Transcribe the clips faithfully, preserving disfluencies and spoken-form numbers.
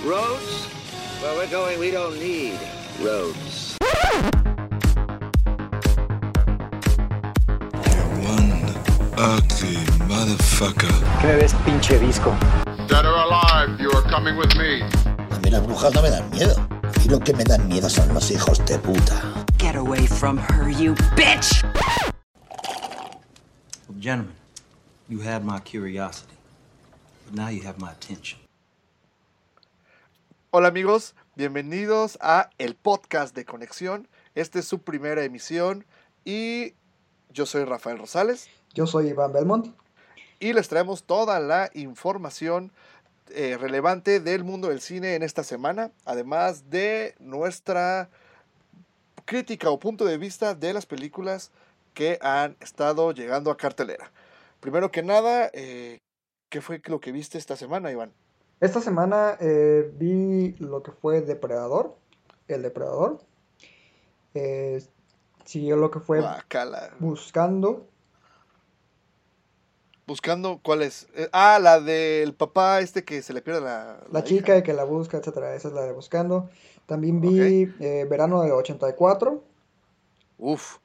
Roads? Where we're going, we don't need roads. One ugly motherfucker. ¿Qué me ves, pinche disco? Dead or alive, you are coming with me. A mí las brujas no me dan miedo. Y lo que me dan miedo son los hijos de puta. Get away from her, you bitch! Well, gentlemen, you had my curiosity, but now you have my attention. Hola amigos, bienvenidos a el podcast de Conexión. Esta es su primera emisión y yo soy Rafael Rosales. Yo soy Iván Belmont. Y les traemos toda la información eh, relevante del mundo del cine en esta semana, además de nuestra crítica o punto de vista de las películas que han estado llegando a cartelera. Primero que nada, eh, ¿qué fue lo que viste esta semana, Iván? Esta semana eh, vi lo que fue Depredador, El Depredador. Eh, siguió lo que fue Guacala. Buscando. Buscando, ¿cuál es? Eh, ah, la del papá este que se le pierde la... La, la chica hija. que la busca, etcétera. Esa es la de Buscando. También vi Ok. eh, Verano del ochenta y cuatro. Uf,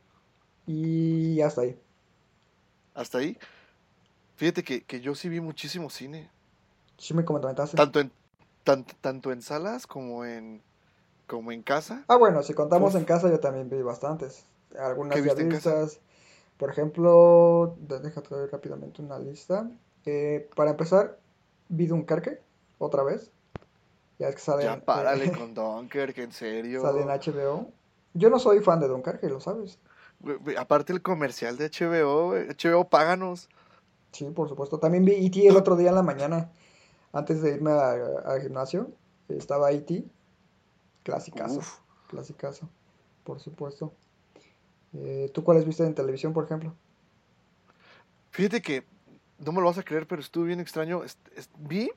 Y hasta ahí. hasta ahí. Fíjate que, que yo sí vi muchísimo cine. Sí me comentaste. Tanto en, tan- tanto en salas como en, como en casa. Ah, bueno, si contamos Uf. en casa, yo también vi bastantes. Algunas ¿Qué ya viste en casa? vistas. Por ejemplo, de- déjate ver rápidamente una lista. Eh, para empezar, vi Dunkerque, otra vez. Ya es que sale, Ya en- párale eh, con Dunkirk, en serio. sale en H B O. Yo no soy fan de Dunkerque, lo sabes. Güey, güey, aparte el comercial de H B O, güey, H B O, páganos. Sí, por supuesto. También vi E T el otro día en la mañana. Antes de irme a- al gimnasio, estaba E T. Clasicazo. Uf. Clasicazo, por supuesto. Eh, ¿tú cuáles viste en televisión, por ejemplo? Fíjate que, no me lo vas a creer, pero estuvo bien extraño. Est- est- vi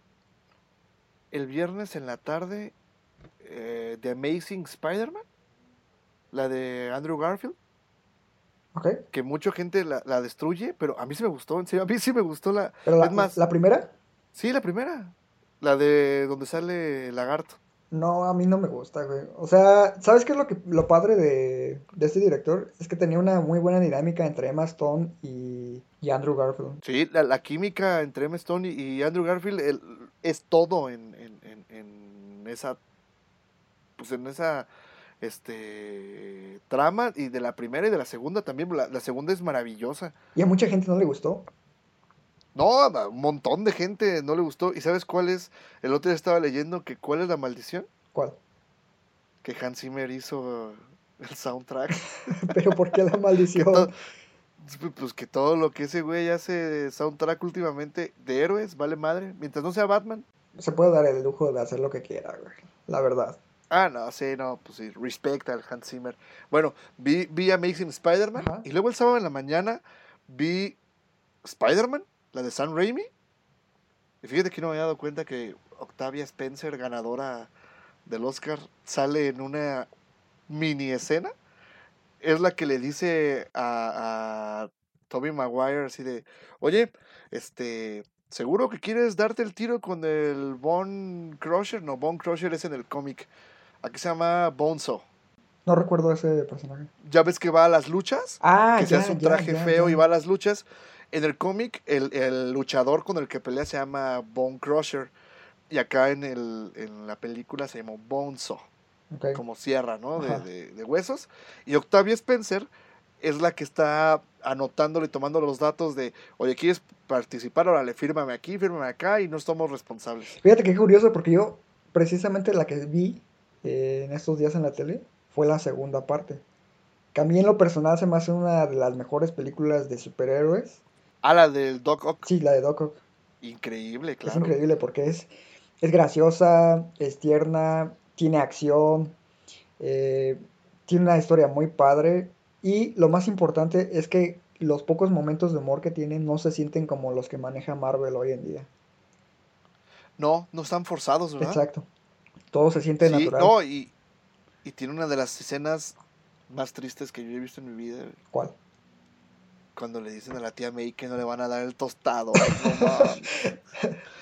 el viernes en la tarde eh, The Amazing Spider-Man, la de Andrew Garfield, ¿Ok? que mucha gente la, la destruye, pero a mí sí me gustó, en serio, a mí sí me gustó la... Pero la, es más, ¿la primera? sí, la primera, la de donde sale el lagarto. No, a mí no me gusta, güey. O sea, ¿sabes qué es lo que lo padre de, de este director? Es que tenía una muy buena dinámica entre Emma Stone y, y Andrew Garfield. Sí, la, la química entre Emma Stone y, y Andrew Garfield el- es todo en, en, en, en esa, pues en esa, este, trama, y de la primera y de la segunda también. La, la segunda es maravillosa. Y a mucha gente no le gustó. No, a un montón de gente no le gustó. ¿Y sabes cuál es? El otro día estaba leyendo que cuál es la maldición. ¿Cuál? Que Hans Zimmer hizo el soundtrack. Pero ¿por qué la Que maldición? to- pues que todo lo que ese güey hace soundtrack últimamente de héroes vale madre. Mientras no sea Batman. Se puede dar el lujo de hacer lo que quiera, güey. La verdad. Ah, no, sí, no, pues sí, respect al Hans Zimmer. Bueno, vi, vi Amazing Spider-Man. Ajá. Y luego el sábado en la mañana vi Spider-Man, la de Sam Raimi. Y fíjate que no me había dado cuenta que Octavia Spencer, ganadora del Oscar, sale en una mini escena. Es la que le dice a, a Tobey Maguire así de, oye, este, ¿seguro que quieres darte el tiro con el Bone Crusher? No, Bone Crusher es en el cómic. Aquí se llama Bonesaw. No recuerdo ese personaje. ¿Ya ves que va a las luchas? Ah, Que se ya, hace un ya, traje ya, feo ya. y va a las luchas. En el cómic, el, el luchador con el que pelea se llama Bone Crusher. Y acá en, el, en la película se llama Bonesaw, Ok. como sierra, ¿no? De, Ajá. de- de huesos. Y Octavia Spencer es la que está anotándole y tomando los datos de, oye, ¿quieres participar? Órale, fírmame aquí, fírmame acá y no somos responsables. Fíjate qué curioso, porque yo, precisamente la que vi eh, en estos días en la tele, fue la segunda parte. Que a mí en lo personal se me hace una de las mejores películas de superhéroes. Ah, la del Doc Ock. Sí, la de Doc Ock. Increíble, Es claro. increíble porque es, es graciosa, es tierna, tiene acción, eh, tiene una historia muy padre. Y lo más importante es que los pocos momentos de humor que tiene no se sienten como los que maneja Marvel hoy en día. No, no están forzados, ¿verdad? Exacto. Todo se siente Sí, natural. no, y, y tiene una de las escenas más tristes que yo he visto en mi vida. ¿Cuál? Cuando le dicen a la tía May que no le van a dar el tostado. Ay, no mames.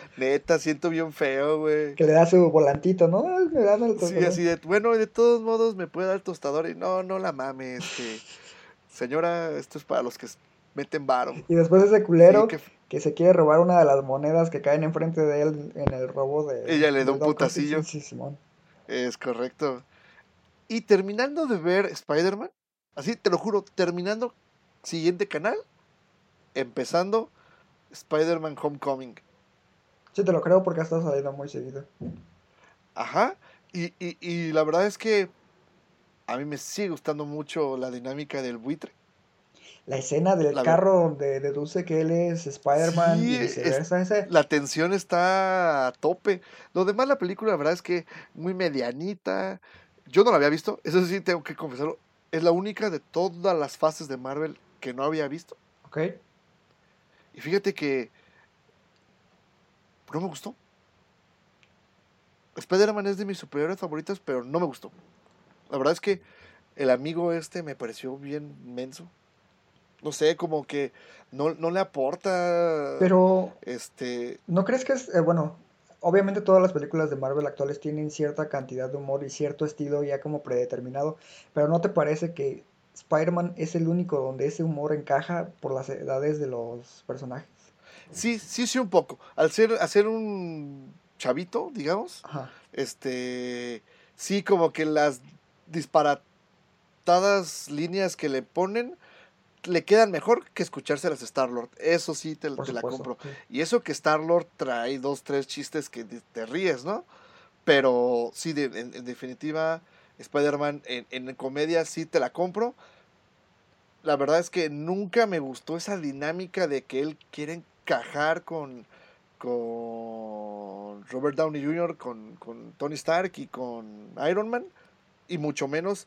Neta, siento bien feo, güey. Que le da su volantito, ¿no? Ay, me dan el Sí, tostador. así de, bueno, de todos modos me puede dar el tostador y no, no la mames, este, señora, esto es para los que s- meten varo. Y después ese Sí, culero que que se quiere robar una de las monedas que caen enfrente de él en el robo de, ella le de da un Doc Ock. putacillo. Sí, sí, Simón. Es correcto. Y terminando de ver Spider-Man, así te lo juro, terminando siguiente canal, empezando Spider-Man Homecoming. Sí, te lo creo porque ha estado saliendo muy seguido. Ajá. Y, y, y la verdad es que a mí me sigue gustando mucho la dinámica del buitre. La escena del La ver- carro donde deduce que él es Spider-Man Sí, y es- viceversa, ese. la tensión está a tope. Lo demás, la película, la verdad es que muy medianita. Yo no la había visto, eso sí tengo que confesarlo. Es la única de todas las fases de Marvel que no había visto. Ok. Y fíjate que no me gustó. Spider-Man es de mis superhéroes favoritos, pero no me gustó. La verdad es que el amigo este me pareció bien menso. No sé, como que no, no le aporta. Pero, Este. ¿no crees que es, eh, bueno, obviamente todas las películas de Marvel actuales tienen cierta cantidad de humor y cierto estilo ya como predeterminado, pero ¿no te parece que Spider-Man es el único donde ese humor encaja por las edades de los personajes? Sí, sí, sí, un poco. Al ser, hacer un chavito, digamos, Ajá, este. Sí, como que las disparatadas líneas que le ponen le quedan mejor que escuchárselas a Star-Lord. Eso sí te, por te la supuesto. compro. Sí. Y eso que Star-Lord trae dos, tres chistes que te, te ríes, ¿no? Pero sí, de- en, en definitiva, Spider-Man en, en comedia sí te la compro. La verdad es que nunca me gustó esa dinámica de que él quiere encajar con, con Robert Downey junior, con, con Tony Stark y con Iron Man. Y mucho menos,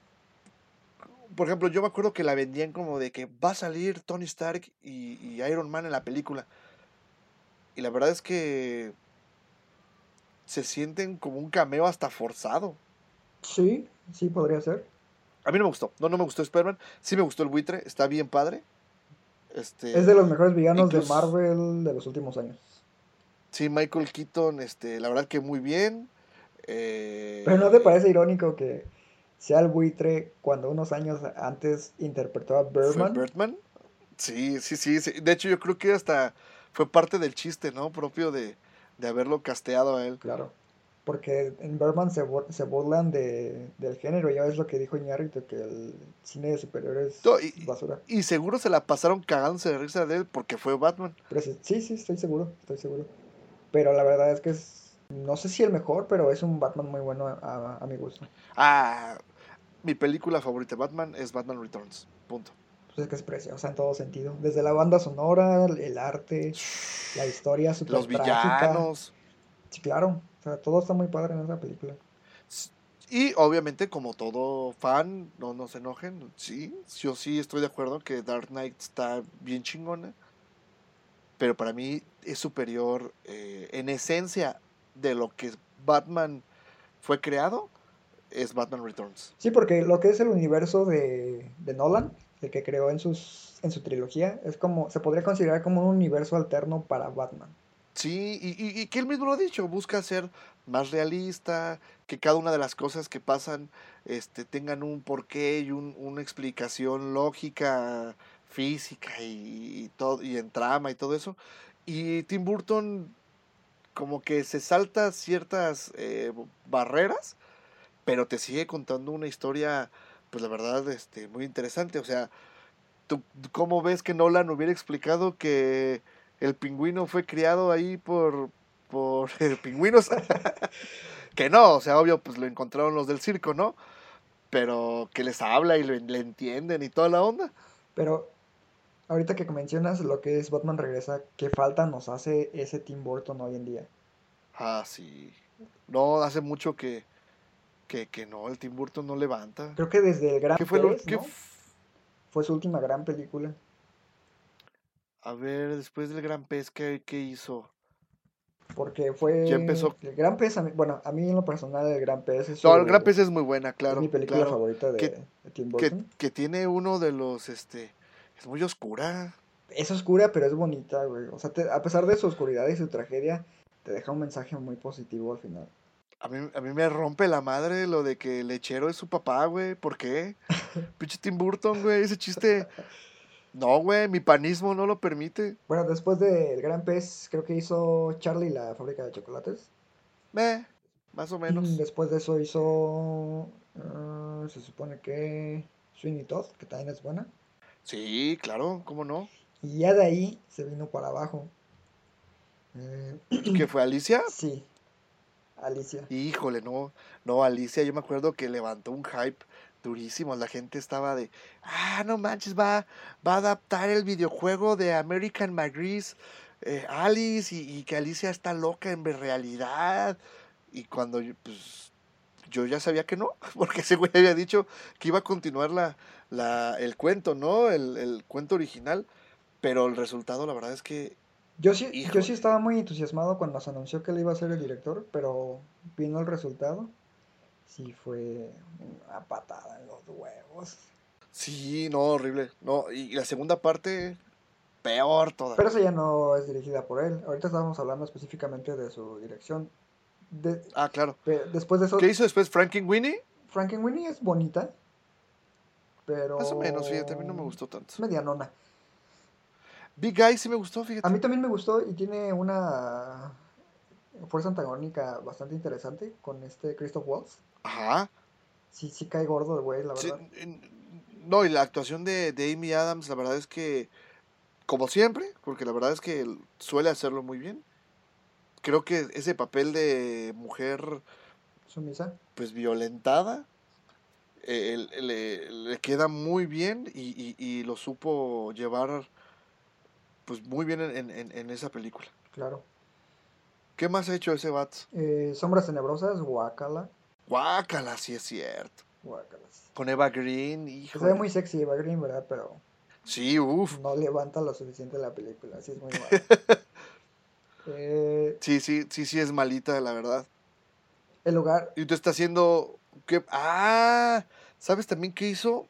por ejemplo, yo me acuerdo que la vendían como de que va a salir Tony Stark y, y Iron Man en la película. Y la verdad es que se sienten como un cameo hasta forzado. Sí, sí, podría ser. A mí no me gustó. No, no me gustó Spider-Man. Sí me gustó el buitre. Está bien padre. Este, Es de los mejores villanos de incluso, Marvel de los últimos años. sí, Michael Keaton, este, la verdad que muy bien. Pero ¿no te Eh, parece irónico que sea el buitre cuando unos años antes interpretó a ¿Fue Birdman? Birdman? Sí, sí, sí, sí. De hecho, yo creo que hasta fue parte del chiste, ¿no? Propio de, de haberlo casteado a él. Claro. Porque en Birdman se, bur- se burlan de, del género. Ya ves lo que dijo Iñárritu, que el cine de superhéroes No, es y, basura. y seguro se la pasaron cagándose de risa de él porque fue Batman. Pero sí, sí, sí, estoy seguro, estoy seguro. Pero la verdad es que es, no sé si el mejor, pero es un Batman muy bueno a, a- a mi gusto. Ah, mi película favorita de Batman es Batman Returns. Punto. Pues es que es preciosa en todo sentido. Desde la banda sonora, el arte, la historia súper Los trágica. villanos. Sí, claro. O sea, todo está muy padre en esa película. Y obviamente, como todo fan, no nos enojen. Sí, yo sí estoy de acuerdo que Dark Knight está bien chingona. Pero para mí es superior eh, en esencia de lo que Batman fue creado, es Batman Returns. Sí, porque lo que es el universo de, de Nolan, el que creó en sus en su trilogía, es como, se podría considerar como un universo alterno para Batman. Sí, y, y, y que él mismo lo ha dicho, busca ser más realista, que cada una de las cosas que pasan este, tengan un porqué y un, una explicación lógica, física y, y todo, y en trama y todo eso. Y Tim Burton como que se salta ciertas eh, barreras, pero te sigue contando una historia, pues la verdad, este, muy interesante. O sea, ¿tú cómo ves que Nolan hubiera explicado que el pingüino fue criado ahí por, por eh, pingüinos? Que no, o sea, obvio, pues lo encontraron los del circo, ¿no? Pero que les habla y le, le entienden y toda la onda. Pero ahorita que mencionas lo que es Batman Regresa, ¿qué falta nos hace ese Tim Burton hoy en día? Ah, sí. No, hace mucho que, que, que no, el Tim Burton no levanta. Creo que desde el Gran ¿Qué fue lo Pez, que ¿no? Fue su última gran película. A ver, después del Gran Pez, ¿qué, qué hizo? Porque Ya fue empezó. el Gran Pez, a mí- bueno, a mí en lo personal el Gran Pez es No, el Gran su Pez es muy buena, es claro, mi película claro. favorita de, Que, de Tim que, Burton. que tiene uno de los, este, es muy oscura. es oscura, pero es bonita, güey. O sea, te- a pesar de su oscuridad y su tragedia, te deja un mensaje muy positivo al final. A mí, a mí me rompe la madre lo de que el lechero es su papá, güey. ¿Por qué? Pinche Tim Burton, güey. Ese chiste. No, güey. Mi panismo no lo permite. Bueno, después del Gran Pez, creo que hizo Charlie la fábrica de chocolates. Eh, más o Mm, menos. Después de eso hizo, ah, se supone que Sweeney Todd, que también es buena. Sí, claro, ¿cómo no? Y ya de ahí se vino para abajo. Eh, ¿Qué fue Alicia? sí, Alicia. Híjole, no, no, Alicia, yo me acuerdo que levantó un hype durísimo. La gente estaba de, ah, no manches, va, va a adaptar el videojuego de American McGree's eh, Alice y, y que Alicia está loca en realidad. Y cuando yo, pues, yo ya sabía que no, porque ese güey había dicho que iba a continuar la, la, el cuento, ¿no? El, el cuento original, pero el resultado, la verdad es que, Yo sí, yo híjole, sí estaba muy entusiasmado cuando se anunció que él iba a ser el director, pero vino el resultado. Sí, fue una patada en los huevos. sí, no, horrible, no, y la segunda parte, peor Pero todavía. esa ya no es dirigida por él. Ahorita estábamos hablando específicamente de su dirección. De- Ah, claro. pe- después de ¿Qué eso, hizo después Frankenweenie? Frankenweenie es bonita, Más o menos, fíjate, a mí no me pero gustó tanto. es medianona. Big Guy sí me gustó, A fíjate. mí también me gustó y tiene una fuerza antagónica bastante interesante con este Christoph Waltz. Ajá. Sí, sí cae gordo el güey, la Sí, verdad. en- no, y la actuación de, de Amy Adams, la verdad es que, como siempre, porque la verdad es que él suele hacerlo muy bien. Creo que ese papel de mujer, Sumisa. pues, violentada, eh, él- le, le queda muy bien y, y- y lo supo llevar, pues, muy bien en, en- en esa película. Claro. ¿Qué más ha hecho ese vato? Eh, Sombras Tenebrosas, guácala. Guácala, sí es cierto. Guácalas. Con Eva Green, Se ve híjole. muy sexy Eva Green, ¿verdad? Pero Sí, uff. no levanta lo suficiente la película. Así es muy malo. Eh, Sí, sí, sí, sí es malita, la verdad. el lugar. Y tú estás haciendo... ¿qué? Ah, ¿sabes también qué hizo?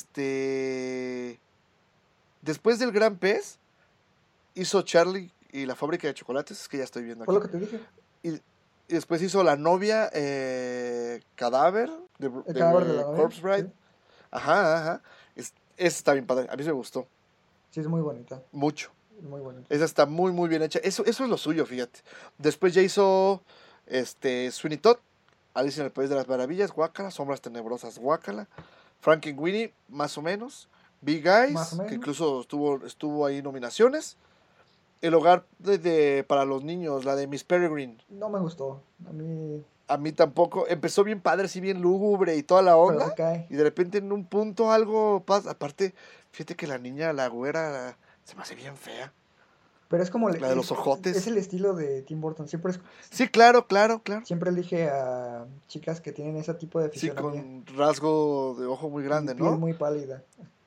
Este... Después del Gran Pez, hizo Charlie y la fábrica de chocolates, es que ya estoy viendo Fue aquí. lo que te dije. Y, y después hizo La novia eh, Cadáver, de, El de cadáver de la novia. Corpse Bride. Sí, Ajá, ajá. Es, esa está bien padre, a mí me gustó sí, es muy bonita. mucho. Muy bonita. Esa está muy, muy bien hecha. Eso, eso es lo suyo, fíjate. Después ya hizo este, Sweeney Todd, Alicia en el País de las Maravillas, guácala, Sombras Tenebrosas, guácala, Frankenweenie, más o menos, Big Eyes, Más o que menos. incluso estuvo, estuvo ahí nominaciones, El hogar de, de- para los niños, la de Miss Peregrine, No me gustó. A mí. a mí tampoco, empezó bien padre, sí bien lúgubre y toda la Pero onda, se cae. y de repente en un punto algo pasa, aparte, fíjate que la niña, la güera, se me hace bien fea. Pero es como. La de los es- ojotes. Es el estilo de Tim Burton. Siempre, es- Sí, claro, claro, claro. siempre elige a chicas que tienen ese tipo de Sí, fisionomía. con rasgo de ojo muy grande, y piel ¿no? muy pálida.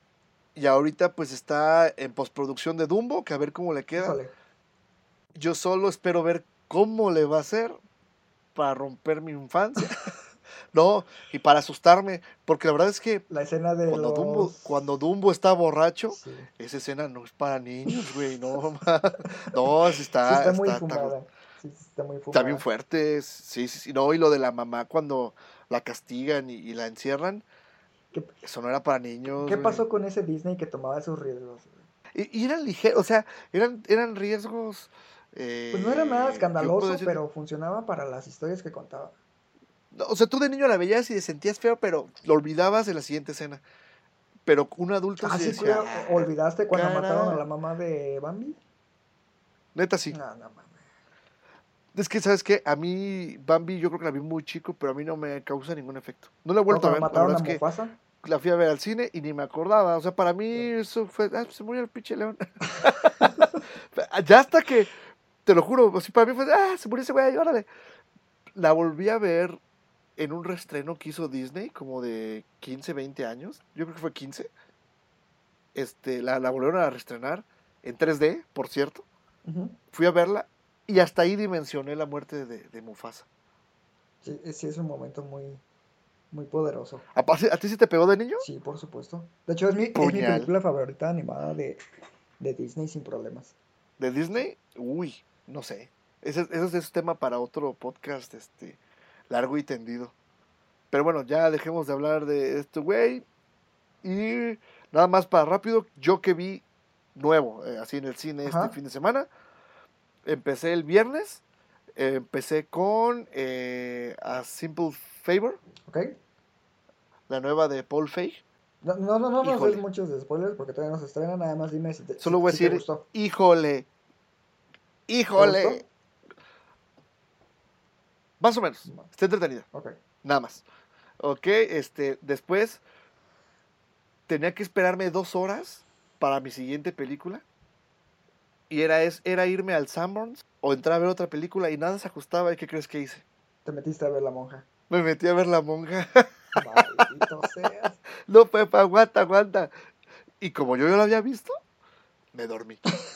Y ahorita pues está en postproducción de Dumbo, que a ver cómo le queda. Híjole. Yo solo espero ver cómo le va a hacer para romper mi infancia. No, y para asustarme, porque la verdad es que La escena de cuando los... Dumbo, cuando Dumbo está borracho, Sí. esa escena no es para niños, güey, no, ma. No, sí Sí, está, está muy está, está- fumada. Sí, sí, está muy está fumada. bien fuerte, sí, sí, sí, no, y lo de la mamá cuando la castigan y, y la encierran, ¿Qué, eso no era para niños, qué güey. pasó con ese Disney que tomaba esos riesgos? Y, y eran ligeros, o sea, eran, eran riesgos. eh, Pues no era nada yo puedo escandaloso, decir- pero funcionaba para las historias que contaba. no, o sea, tú de niño la veías y te sentías feo, pero lo olvidabas en la siguiente escena. Pero un adulto Ah, sí sí, decía, cuidado, "Ah, ¿olvidaste cuando cara". mataron a la mamá de Bambi? Neta sí. No, no mames. Es que, ¿sabes qué? A mí, Bambi, yo creo que la vi muy chico, pero a mí no me causa ningún efecto. No la he vuelto a Cuando ver. La mataron verdad a es que Mufasa. la fui a ver al cine y ni me acordaba. O sea, para mí eso fue, ah, se murió el pinche león. Ya hasta que, te lo juro, así para mí fue, ah, se murió ese güey, órale. La volví a ver en un reestreno que hizo Disney, como de quince, veinte años. Yo creo que fue quince. Este, la, la volvieron a reestrenar en tres D, por cierto. Ujú. Fui a verla y hasta ahí dimensioné la muerte de, de Mufasa. Sí, es- sí, es un momento muy, muy poderoso. ¿A, ¿A ti sí te pegó de niño? Sí, por supuesto. De hecho, es mi, es mi Puñal. película favorita animada de, de Disney sin problemas. ¿De Disney? Uy, no sé. Ese, ese es tema para otro podcast, este, largo y tendido. Pero bueno, ya dejemos de hablar de este güey. Y nada más para rápido, yo que vi nuevo, eh, así en el cine Ajá. este fin de semana. Empecé el viernes. eh, empecé con eh, A Simple Favor, ¿Ok? la nueva de Paul Feig. No, no, no, no nos Híjole. des muchos spoilers porque todavía no se estrena. Nada más dime si te, Solo si- voy a si te decir, gustó. híjole, ¿Te híjole. gustó? Más o menos, está entretenida. Ok. Nada más. Ok, este, después tenía que esperarme dos horas para mi siguiente película. Y era, es, era irme al Sanborns o entrar a ver otra película y nada se ajustaba. ¿Y qué crees que hice? Te metiste a ver La Monja. Me metí a ver La Monja. Maldito seas. No, Pepa, aguanta, aguanta. Y como yo ya lo había visto, me dormí.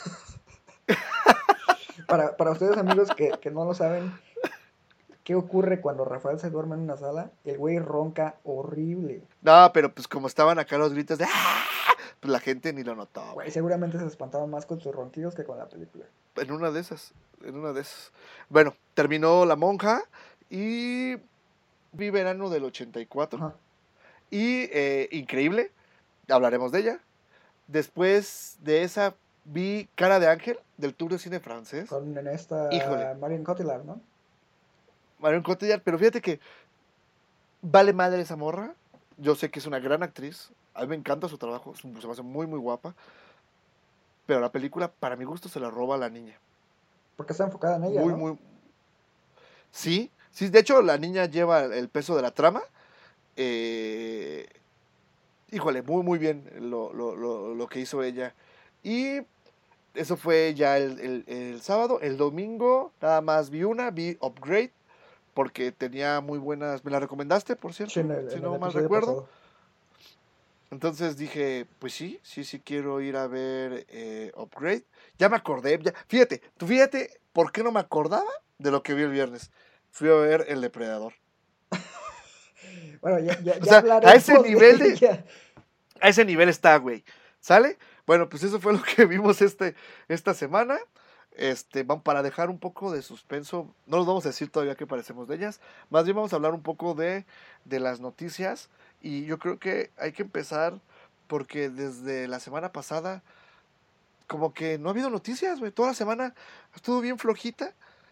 Para, para ustedes, amigos, que, que no lo saben, ¿qué ocurre cuando Rafael se duerme en una sala? El güey ronca horrible. No, pero pues como estaban acá los gritos de ¡ah! Pues la gente ni lo notaba. Güey, seguramente se espantaban más con sus ronquidos que con la película. En una de esas, en una de esas. Bueno, terminó La Monja y vi Verano del ochenta y cuatro. Ajá. Y eh, increíble, hablaremos de ella. Después de esa vi Cara de Ángel del Tour de Cine Francés. Con en esta Híjole. Marion Cotillard, ¿no? Marion Cotillard, pero fíjate que vale madre esa morra. Yo sé que es una gran actriz. A mí me encanta su trabajo, es un- se me hace muy, muy guapa. Pero la película, para mi gusto, se la roba la niña. Porque está enfocada en ella, Muy, ¿no? muy. Sí, sí, de hecho, la niña lleva el peso de la trama. Eh, Híjole, muy, muy bien lo, lo, lo, lo que hizo ella. Y eso fue ya el, el, el sábado. El domingo, nada más vi una, vi Upgrade. Porque tenía muy buenas. ¿Me la recomendaste, por cierto? Sí, en el, si en no el mal episodio recuerdo. pasado. Entonces dije, pues sí, sí, sí quiero ir a ver eh, Upgrade. Ya me acordé, ya, fíjate, tú fíjate por qué no me acordaba de lo que vi el viernes. Fui a ver El Depredador. Bueno, ya, ya, O ya sea, a hablaremos ese nivel de- ella. A ese nivel está, güey. ¿Sale? Bueno, pues eso fue lo que vimos este, esta semana. Este, vamos para dejar un poco de suspenso. No los vamos a decir todavía qué parecemos de ellas. Más bien vamos a hablar un poco de, de las noticias. Y yo creo que hay que empezar porque desde la semana pasada como que no ha habido noticias, güey. Toda la semana estuvo bien flojita.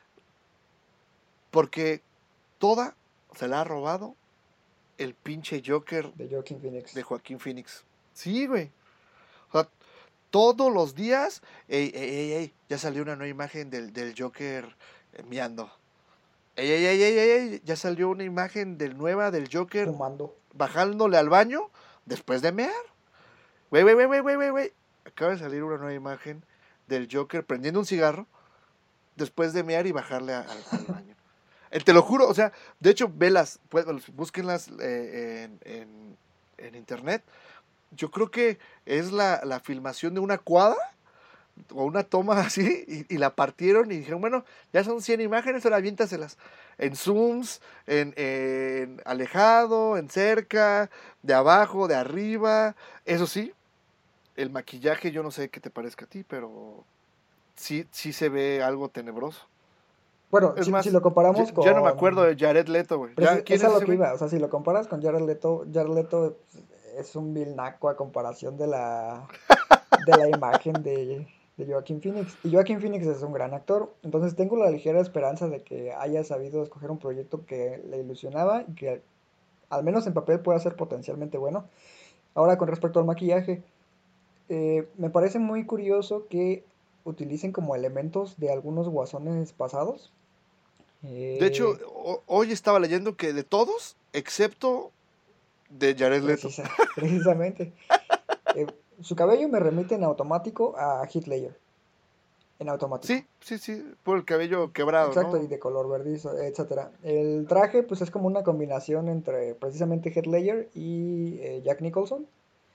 Porque toda se la ha robado el pinche Joker De Joaquin Phoenix. de Joaquín Phoenix. Sí, güey. O sea, todos los días, ey, ey, ey, ey, ya salió una nueva imagen del, del Joker eh, miando. Ey, ey, ey, ey, ey, ey, ya salió una imagen del nueva del Joker Fumando. bajándole al baño después de mear. Güey, güey, güey, güey, güey, güey, güey. Acaba de salir una nueva imagen del Joker prendiendo un cigarro después de mear y bajarle a- al, al baño. Eh, te lo juro, o sea, de hecho, velas, pues, búsquenlas eh, en, en, en internet. Yo creo que es la, la filmación de una cuadra o una toma así y, y la partieron y dijeron, bueno, ya son cien imágenes, ahora aviéntaselas en zooms, en, en alejado, en cerca, de abajo, de arriba. Eso sí, el maquillaje yo no sé qué te parezca a ti, pero sí, sí se ve algo tenebroso. Bueno, Es si, más, si lo comparamos ya, con... ya no me acuerdo de Jared Leto, güey. Pero Ya, es, ¿quién es a es lo ese que güey? iba, o sea, si lo comparas con Jared Leto, Jared Leto es un vil naco a comparación de la, de la imagen de, de Joaquin Phoenix. Y Joaquin Phoenix es un gran actor, entonces tengo la ligera esperanza de que haya sabido escoger un proyecto que le ilusionaba y que al menos en papel pueda ser potencialmente bueno. Ahora, con respecto al maquillaje, eh, me parece muy curioso que utilicen como elementos de algunos guasones pasados. De hecho, Eh, ho- hoy estaba leyendo que de todos, excepto de Jared Leto. Precisa- precisamente. Eh, su cabello me remite en automático a Heath Ledger. En automático. Sí, sí, sí, por el cabello quebrado, Exacto, ¿no? y de color verdizo, etcétera. El traje, pues es como una combinación entre precisamente Heath Ledger y eh, Jack Nicholson.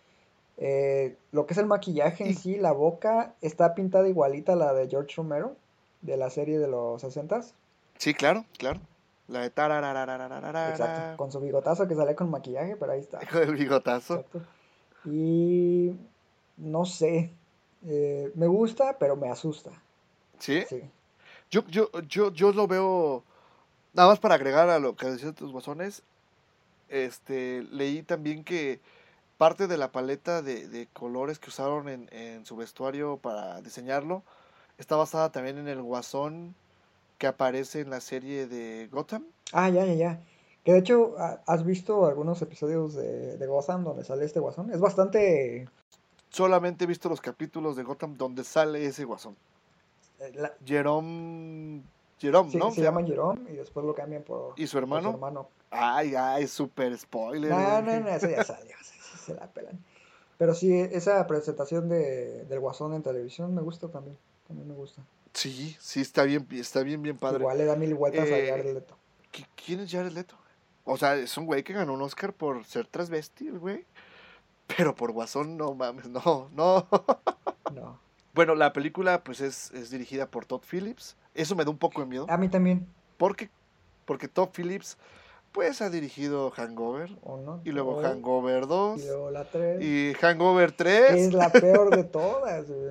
Eh, lo que es el maquillaje en Y- sí, la boca está pintada igualita a la de George Romero, de la serie de los sesentas. Sí, claro, claro. La de tararararararara. Exacto, con su bigotazo que sale con maquillaje, pero ahí está. Hijo del bigotazo. Exacto. Y no sé, Eh, me gusta, pero me asusta. ¿Sí? Sí. Yo, yo, yo, yo lo veo, nada más para agregar a lo que decían tus guasones, este, leí también que parte de la paleta de, de colores que usaron en, en su vestuario para diseñarlo está basada también en el guasón que aparece en la serie de Gotham. Ah, ya, ya, ya. Que de hecho, ¿ha- ¿has visto algunos episodios de, de Gotham donde sale este guasón? Es bastante... Solamente he visto los capítulos de Gotham donde sale ese guasón. eh, la- Jerome, Jerome, sí, ¿no? se Se llama llama. Jerome y después lo cambian por, ¿Y su por su hermano? hermano. Ay, ay, super spoiler, No, no, güey. no, eso ya salió, sí, sí, se la pelan. Pero sí, esa presentación de, del guasón en televisión me gusta también. También me gusta. Sí, sí, está bien, está bien, bien padre. Igual le da mil vueltas a Jared Eh, Leto. ¿qui- ¿Quién es Jared Leto? O sea, es un güey que ganó un Oscar por ser transvesti, el güey. Pero por Guasón, no mames, no, no. No. Bueno, la película pues es, es dirigida por Todd Phillips. Eso me da un poco de miedo. A mí también. Porque, porque Todd Phillips pues ha dirigido Hangover. Uno, Y luego dos, Hangover dos. y luego la tres. Y Hangover Que tres. es la peor de todas, güey.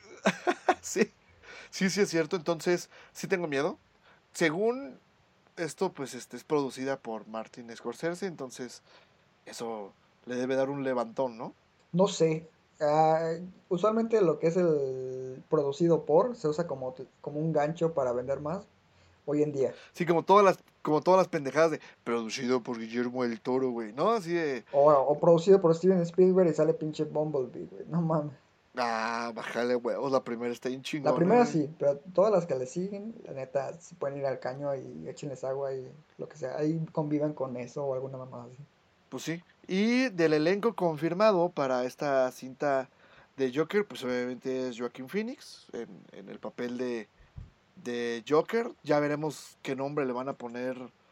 Sí, sí, sí es cierto. Entonces, sí tengo miedo. Según esto, pues este es producida por Martin Scorsese. Entonces, eso le debe dar un levantón, ¿no? No sé. Ah, usualmente lo que es el producido por se usa como, te- como un gancho para vender más hoy en día. Sí, como todas las, como todas las pendejadas de producido por Guillermo del Toro, güey, ¿no? Así de, O, o producido por Steven Spielberg y sale pinche Bumblebee, güey. No mames. ah, bájale huevos, la primera está bien La chingona, primera güey. sí, pero todas las que le siguen, la neta, se pueden ir al caño y échenles agua y lo que sea. Ahí convivan con eso o alguna mamá así. Pues sí. Y del elenco confirmado para esta cinta de Joker, pues obviamente es Joaquin Phoenix en, en el papel de, de Joker. Ya veremos qué nombre le van a poner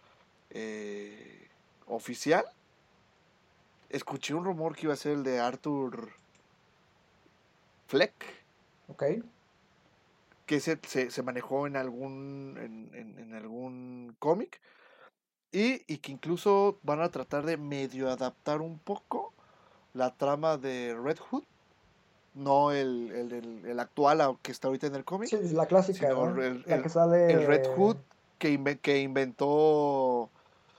eh, oficial. Escuché un rumor que iba a ser el de Arthur Fleck, ¿Ok? que se, se, se manejó en algún, en, en- en algún cómic. Y, y que incluso van a tratar de medio adaptar un poco la trama de Red Hood. No el, el, el- el actual a- que está ahorita en el cómic, Sí, es la clásica, sino ¿no? el, La el- que sale... el Red Hood que, inve- que inventó,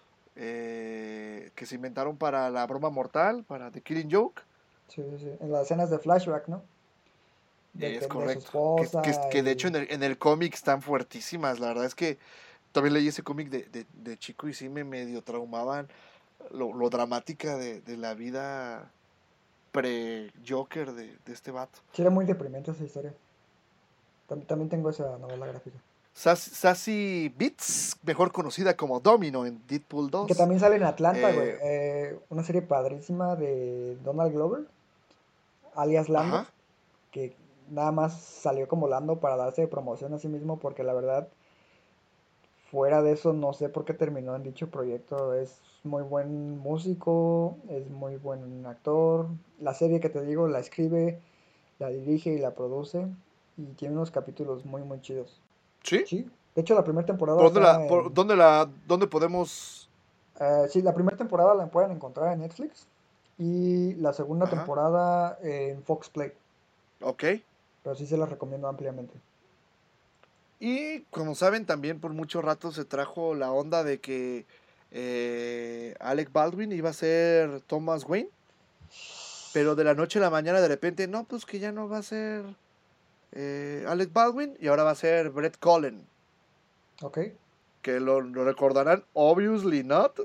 eh, que se inventaron para la broma mortal, para The Killing Joke. Sí, sí, sí. En las escenas de flashback, ¿no? De, Es que- de su correcto. Que, esposa que, que de y... hecho en el, en el cómic están fuertísimas. La verdad es que también leí ese cómic de, de, de chico y sí me medio traumaban lo, lo dramática de, de la vida pre-Joker de, de este vato. Sí, era muy deprimente esa historia. Tam- También tengo esa novela gráfica. Sass- Sassy Beats, mejor conocida como Domino en Deadpool Y dos. que también sale en Atlanta, güey. Eh, Eh, una serie padrísima de Donald Glover, alias Lando, Ajá. que nada más salió como Lando para darse promoción a sí mismo, porque la verdad, fuera de eso, no sé por qué terminó en dicho proyecto. Es muy buen músico, es muy buen actor. La serie que te digo la escribe, la dirige y la produce, y tiene unos capítulos muy, muy chidos. ¿Sí? Sí, de hecho la primera temporada ¿Por dónde la, está por en... dónde la, dónde podemos? eh, sí, la primera temporada la pueden encontrar en Netflix y la segunda Ajá. temporada en Fox Play, Ok. pero sí se las recomiendo ampliamente. Y como saben, también por mucho rato se trajo la onda de que eh, Alec Baldwin iba a ser Thomas Wayne, pero de la noche a la mañana de repente, no, pues que ya no va a ser eh, Alec Baldwin y ahora va a ser Brett Cullen, ¿Ok? que lo, lo recordarán, obviously not,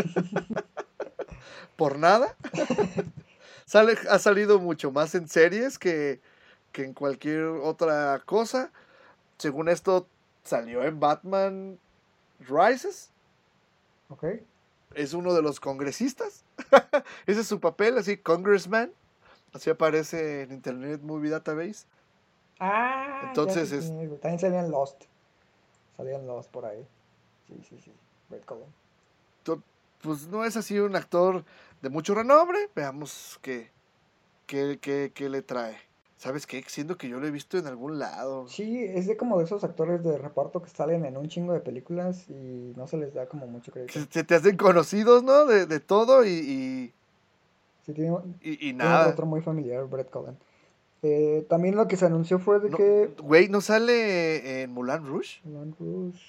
por nada. Sale, ha salido mucho más en series que, que en cualquier otra cosa. Según esto, salió en Batman Rises. ¿Ok? Es uno de los congresistas. Ese es su papel, así, Congressman. Así aparece en Internet Movie Database. Ah, Entonces ya sé es- quién es, güey. También salían Lost. Salían Lost por ahí. Sí, sí, sí. Red Cullen. To- Pues no es así un actor de mucho renombre. Veamos qué, qué, qué, qué le trae. ¿Sabes qué? Siento que yo lo he visto en algún lado. Sí, es de como de esos actores de reparto que salen en un chingo de películas y no se les da como mucho crédito. Se, se te hacen conocidos, ¿no? De, de todo y, y, Sí, tiene, y- y tiene nada. otro muy familiar, Brett Cullen. Eh, también lo que se anunció fue de No, que... güey, ¿no sale en Mulan Rouge? Mulan Rouge,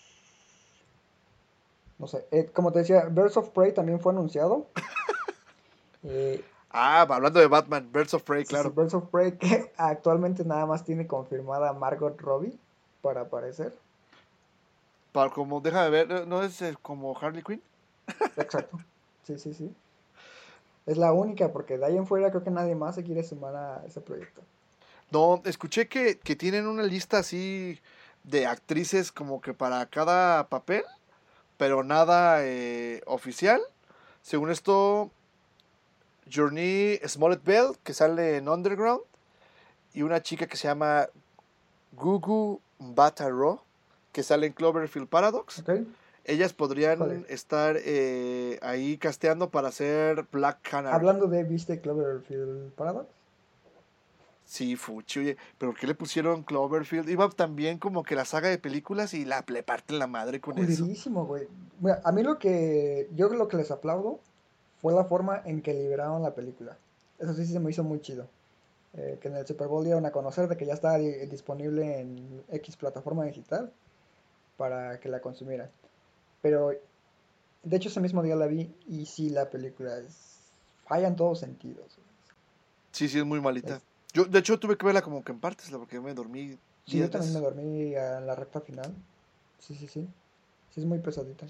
no sé, eh, como te decía, Birds of Prey también fue anunciado. Eh, Ah, hablando de Batman, Birds of Prey, sí, sí, claro. Birds of Prey, que actualmente nada más tiene confirmada a Margot Robbie para aparecer. Para como, déjame ver, ¿no es eh, como Harley Quinn? Exacto. Sí, sí, sí. Es la única, porque de ahí en fuera creo que nadie más se quiere sumar a ese proyecto. No, escuché que, que tienen una lista así de actrices como que para cada papel, pero nada eh, oficial. Según esto, Journey Smollett Bell, que sale en Underground, y una chica que se llama Gugu Mbatha-Raw, que sale en Cloverfield Paradox. ¿Ok? Ellas podrían Híjole. estar eh, ahí casteando para ser Black Canary. Hablando de, ¿viste Cloverfield Paradox? Sí, fuchi, oye, pero ¿qué le pusieron Cloverfield? Iba también como que la saga de películas y la, le parten la madre con eso. Culerísimo, güey. Mira, a mí lo que, yo lo que les aplaudo fue la forma en que liberaron la película. Eso sí se me hizo muy chido. Eh, que en el Super Bowl dieron a conocer de que ya está di- disponible en X plataforma digital para que la consumieran. Pero, de hecho, ese mismo día la vi y sí, la película es... falla en todos sentidos. Sí, sí, es muy malita. Es- Yo, de hecho, tuve que verla como que en partes, porque me dormí Sí, yo diez también me veces. dormí a la recta final. Sí, sí, sí. Sí, es muy pesadita.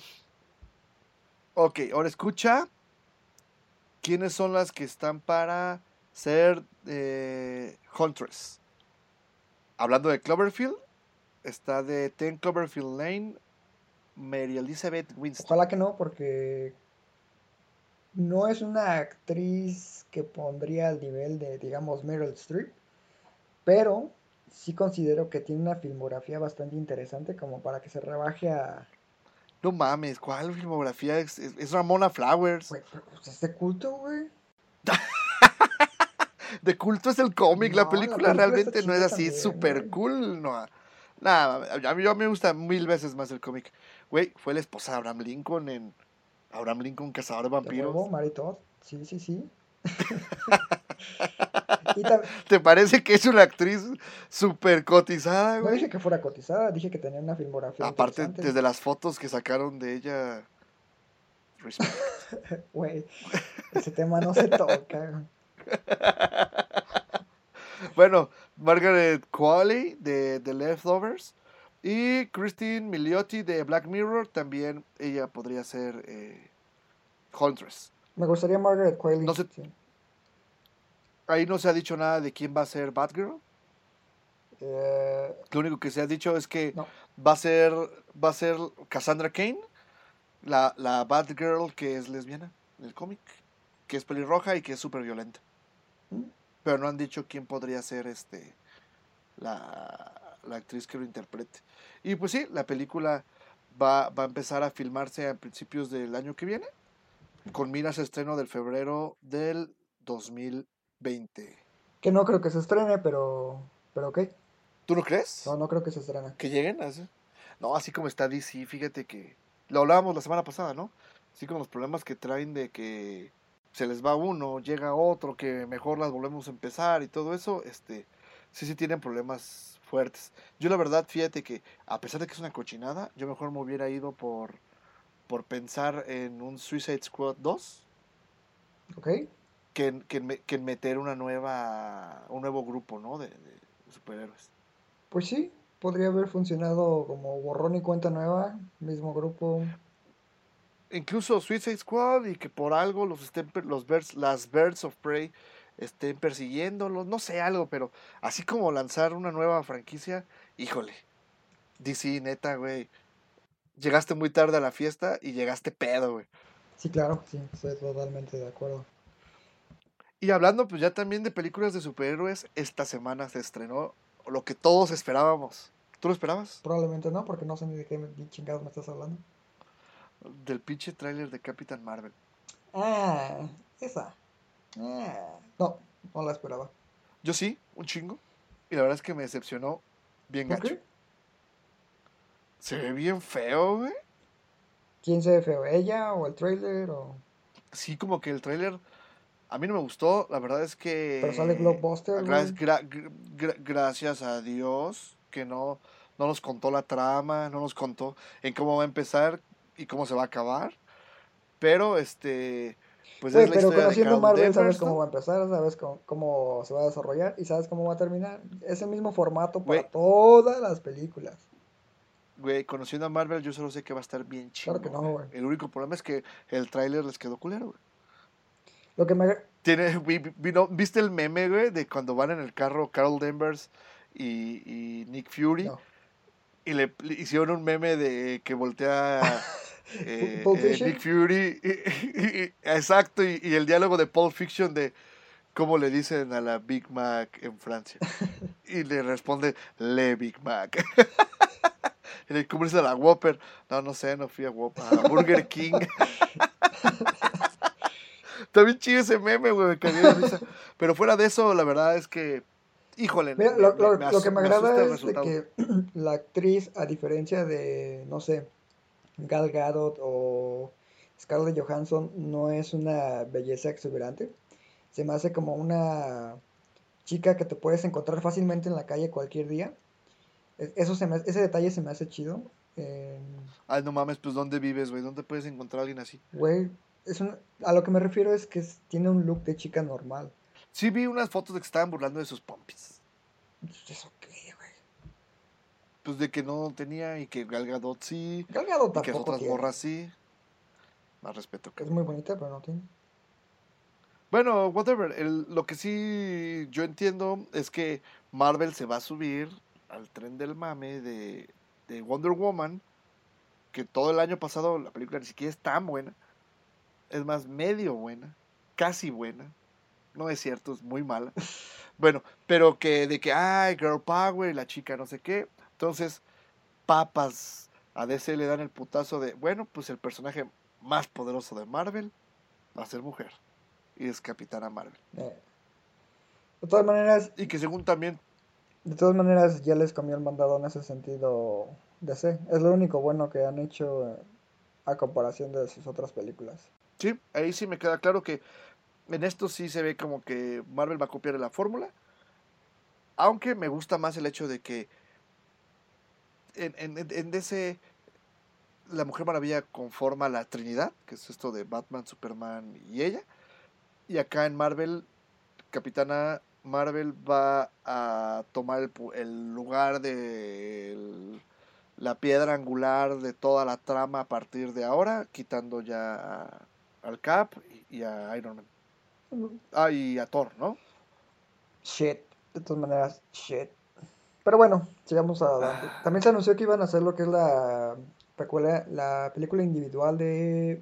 Ok, ahora escucha quiénes son las que están para ser eh, Huntress. Hablando de Cloverfield, está de Ten Cloverfield Lane, Mary Elizabeth Winston. Ojalá que no, porque no es una actriz que pondría al nivel de, digamos, Meryl Streep, pero sí considero que tiene una filmografía bastante interesante como para que se rebaje a... No mames, ¿cuál filmografía? Es, es- es Ramona Flowers. Güey, pero pues es de culto, güey. De culto es el cómic, la No, la película película está realmente no es chida así también, súper güey. cool, no. Nada, a mí, a mí me gusta mil veces más el cómic. Güey, fue la esposa de Abraham Lincoln en Abraham Lincoln, Cazador de De Vampiros. huevo, Mary Todd. Sí, sí, sí. Y tam- ¿Te parece que es una actriz súper cotizada, no güey? dije que fuera cotizada, dije que tenía una filmografía Aparte, interesante. desde las fotos que sacaron de ella. Respect. Güey, ese tema no se toca. Bueno, Margaret Qualley de The Leftovers y Christine Milioti de Black Mirror, también ella podría ser eh, Huntress. Me gustaría Margaret Qualley. No sé, Sí. ahí no se ha dicho nada de quién va a ser Batgirl. Eh, Lo único que se ha dicho es que no. va a ser va a ser Cassandra Cain, la, la Batgirl que es lesbiana en el cómic, que es pelirroja y que es súper violenta. ¿Mm? Pero no han dicho quién podría ser este la, la actriz que lo interprete. Y pues sí, la película va, va a empezar a filmarse a principios del año que viene, con miras a estreno del febrero del dos mil veinte. Que no creo que se estrene, pero. Pero ok. ¿Tú no crees? No, no creo que se estrene. Que lleguen a eso. No, así como está D C, fíjate que lo hablábamos la semana pasada, ¿no? Así con los problemas que traen de que se les va uno, llega otro, que mejor las volvemos a empezar y todo eso, este, sí, sí tienen problemas fuertes. Yo la verdad, fíjate que a pesar de que es una cochinada, yo mejor me hubiera ido por, por pensar en un Suicide Squad dos Ok. que, en- que, en me- que en meter una nueva, un nuevo grupo, ¿no? De, de superhéroes. Pues sí, podría haber funcionado como borrón y cuenta nueva, mismo grupo. Incluso Suicide Squad y que por algo los estén per- los birds, las Birds of Prey estén persiguiéndolos, no sé algo, pero así como lanzar una nueva franquicia, híjole, D C, neta, güey, llegaste muy tarde a la fiesta y llegaste pedo, güey. Sí, claro, sí, estoy totalmente de acuerdo. Y hablando pues ya también de películas de superhéroes, esta semana se estrenó lo que todos esperábamos. ¿Tú lo esperabas? Probablemente no, porque no sé ni de qué me- ni chingados me estás hablando. Del pinche tráiler de Capitán Marvel. Ah, esa. Ah, no, no la esperaba. Yo sí, un chingo. Y la verdad es que me decepcionó bien ¿Por gacho. qué? Se ve bien feo, güey. ¿Quién se ve feo? ¿Ella o el trailer? O... Sí, como que el tráiler A mí no me gustó, la verdad es que... Pero sale Blockbuster, gra- güey. gra- gra- gracias a Dios que no, no nos contó la trama, no nos contó en cómo va a empezar y cómo se va a acabar. Pero, este... Pues Güey, es la pero historia de conociendo Carol Marvel sabes Danvers, cómo ¿no? va a empezar, sabes cómo, cómo se va a desarrollar y sabes cómo va a terminar. Es el mismo formato para Güey. todas las películas. Güey, conociendo a Marvel, yo solo sé que va a estar bien chido. Claro que no, güey. El único problema es que el tráiler les quedó culero, güey. Lo que me... Tiene, vi- vi- no, ¿viste el meme, güey? De cuando van en el carro Carol Danvers y, y Nick Fury. No. Y le, le hicieron un meme de que voltea eh, Pulp eh, Fiction. Nick Fury. y- y- y- exacto, y, y el diálogo de Pulp Fiction de cómo le dicen a la Big Mac en Francia. Y le responde, Le Big Mac. Y le ¿cómo dice a la Whopper? No, no sé, no fui a Whopper, a Burger King. Está bien chido ese meme, güey, me cagué de risa. Pero fuera de eso, la verdad es que, híjole, Mira, me- lo, me- lo- me lo que asu- me me asusta agrada el es de resultado. que la actriz, a diferencia de, no sé, Gal Gadot o Scarlett Johansson, no es una belleza exuberante. Se me hace como una chica que te puedes encontrar fácilmente en la calle cualquier día. E- Eso se me, ese detalle se me hace chido. Eh, Ay, no mames, pues ¿dónde vives, güey? ¿Dónde puedes encontrar a alguien así? güey, es un- a lo que me refiero es que es- tiene un look de chica normal. Sí vi unas fotos de que estaban burlando de sus pompis. ¿Eso qué, güey? Pues de que no tenía y que Gal Gadot sí, Gal Gadot y que las tampoco otras tiene. morras sí. Más respeto que... Es muy bonita, pero no tiene. Bueno, whatever. El- lo que sí yo entiendo es que Marvel se va a subir al tren del mame de, de Wonder Woman, que todo el año pasado la película ni siquiera es tan buena. Es más, medio buena, casi buena. No es cierto, es muy mala. Bueno, pero que de que, ay, girl power y la chica no sé qué. Entonces, papas a D C le dan el putazo de, bueno, pues el personaje más poderoso de Marvel va a ser mujer. Y es Capitana Marvel. Eh, De todas maneras, Y que según también, de todas maneras ya les comió el mandado en ese sentido D C. Es lo único bueno que han hecho eh, a comparación de sus otras películas. sí, ahí sí me queda claro que en esto sí se ve como que Marvel va a copiar la fórmula. Aunque me gusta más el hecho de que en, en, en D C la Mujer Maravilla conforma la Trinidad, que es esto de Batman, Superman y ella. Y acá en Marvel, Capitana Marvel va a tomar el, pu- el lugar de el- la piedra angular de toda la trama a partir de ahora, quitando ya a- al Cap y, y a Iron Man. Ah, y a Thor, ¿no? Shit. De todas maneras, shit. Pero bueno, sigamos adelante. También se anunció que iban a hacer lo que es la precuela, la película individual de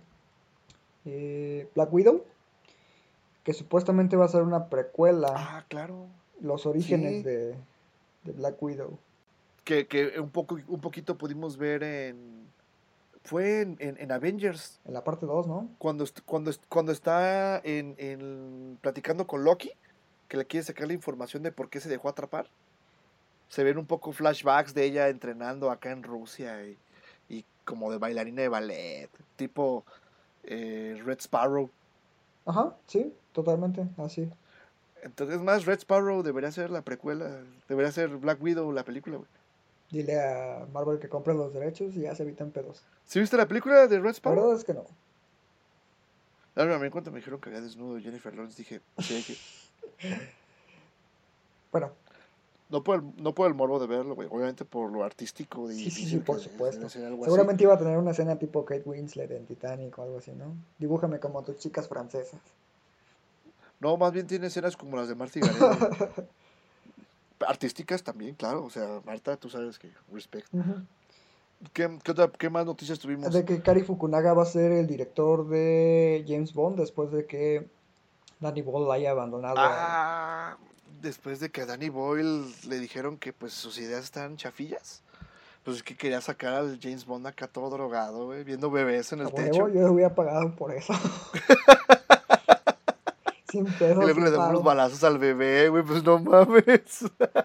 eh, Black Widow, que supuestamente va a ser una precuela, Ah, claro. los orígenes Sí. de, de Black Widow. Que, que un, poco, un poquito pudimos ver en... Fue en, en, en Avengers. En la parte dos, ¿no? Cuando, est- cuando, est- cuando está en, en- platicando con Loki, que le quiere sacar la información de por qué se dejó atrapar. Se ven un poco flashbacks de ella entrenando acá en Rusia y, y como de bailarina de ballet, tipo eh, Red Sparrow. Ajá, sí, totalmente, así. Entonces, más Red Sparrow debería ser la precuela, debería ser Black Widow la película, güey. Dile a Marvel que compre los derechos y ya se evitan pedos. ¿Sí viste la película de Red La Sparrow? verdad es que no. A mí en cuanto me dijeron que había desnudo Jennifer Lawrence, dije, sí, hay que... Bueno, No por, el, no por el morbo de verlo, güey. Obviamente por lo artístico. Y sí, sí, sí, dicen por que supuesto. debe ser algo Seguramente iba a tener una escena tipo Kate Winslet en Titanic o algo así, ¿no? Dibújame como tus chicas francesas. así. No, más bien tiene escenas como las de Marta y Gareda. Artísticas también, claro. O sea, Marta, tú sabes que respect. Ujú. ¿Qué, qué, otra- qué más noticias tuvimos? De que Cary Fukunaga va a ser el director de James Bond después de que Danny Boyle haya abandonado. a- Ah, después de que a Danny Boyle le dijeron que pues sus ideas están chafillas. Pues es que quería sacar al James Bond acá todo drogado, güey, viendo bebés en a el huevo, techo. yo le hubiera pagado por eso. Sin pedo. Y luego sin le damos paro. unos balazos al bebé, güey, pues no mames.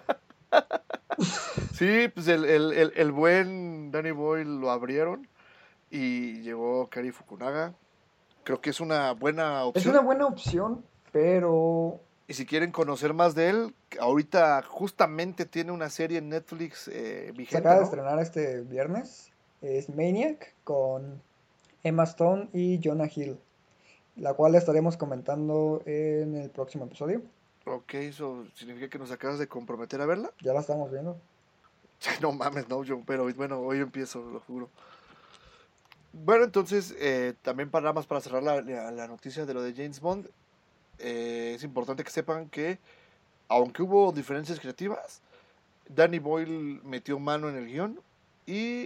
Sí, pues el, el, el, el buen Danny Boyle lo abrieron y llegó Cary Fukunaga. Creo que es una buena Es opción. una buena opción, Pero Y si quieren conocer más de él, ahorita justamente tiene una serie en Netflix eh, se vigente, acaba de ¿no? estrenar este viernes. Es Maniac con Emma Stone y Jonah Hill, la cual estaremos comentando en el próximo episodio. Ok, eso significa que nos acabas de comprometer a verla. Ya la estamos viendo. No mames, no, yo, pero bueno, hoy empiezo, lo juro. Bueno, entonces, eh, también para nada más para cerrar la, la- la noticia de lo de James Bond, eh, es importante que sepan que, aunque hubo diferencias creativas, Danny Boyle metió mano en el guión y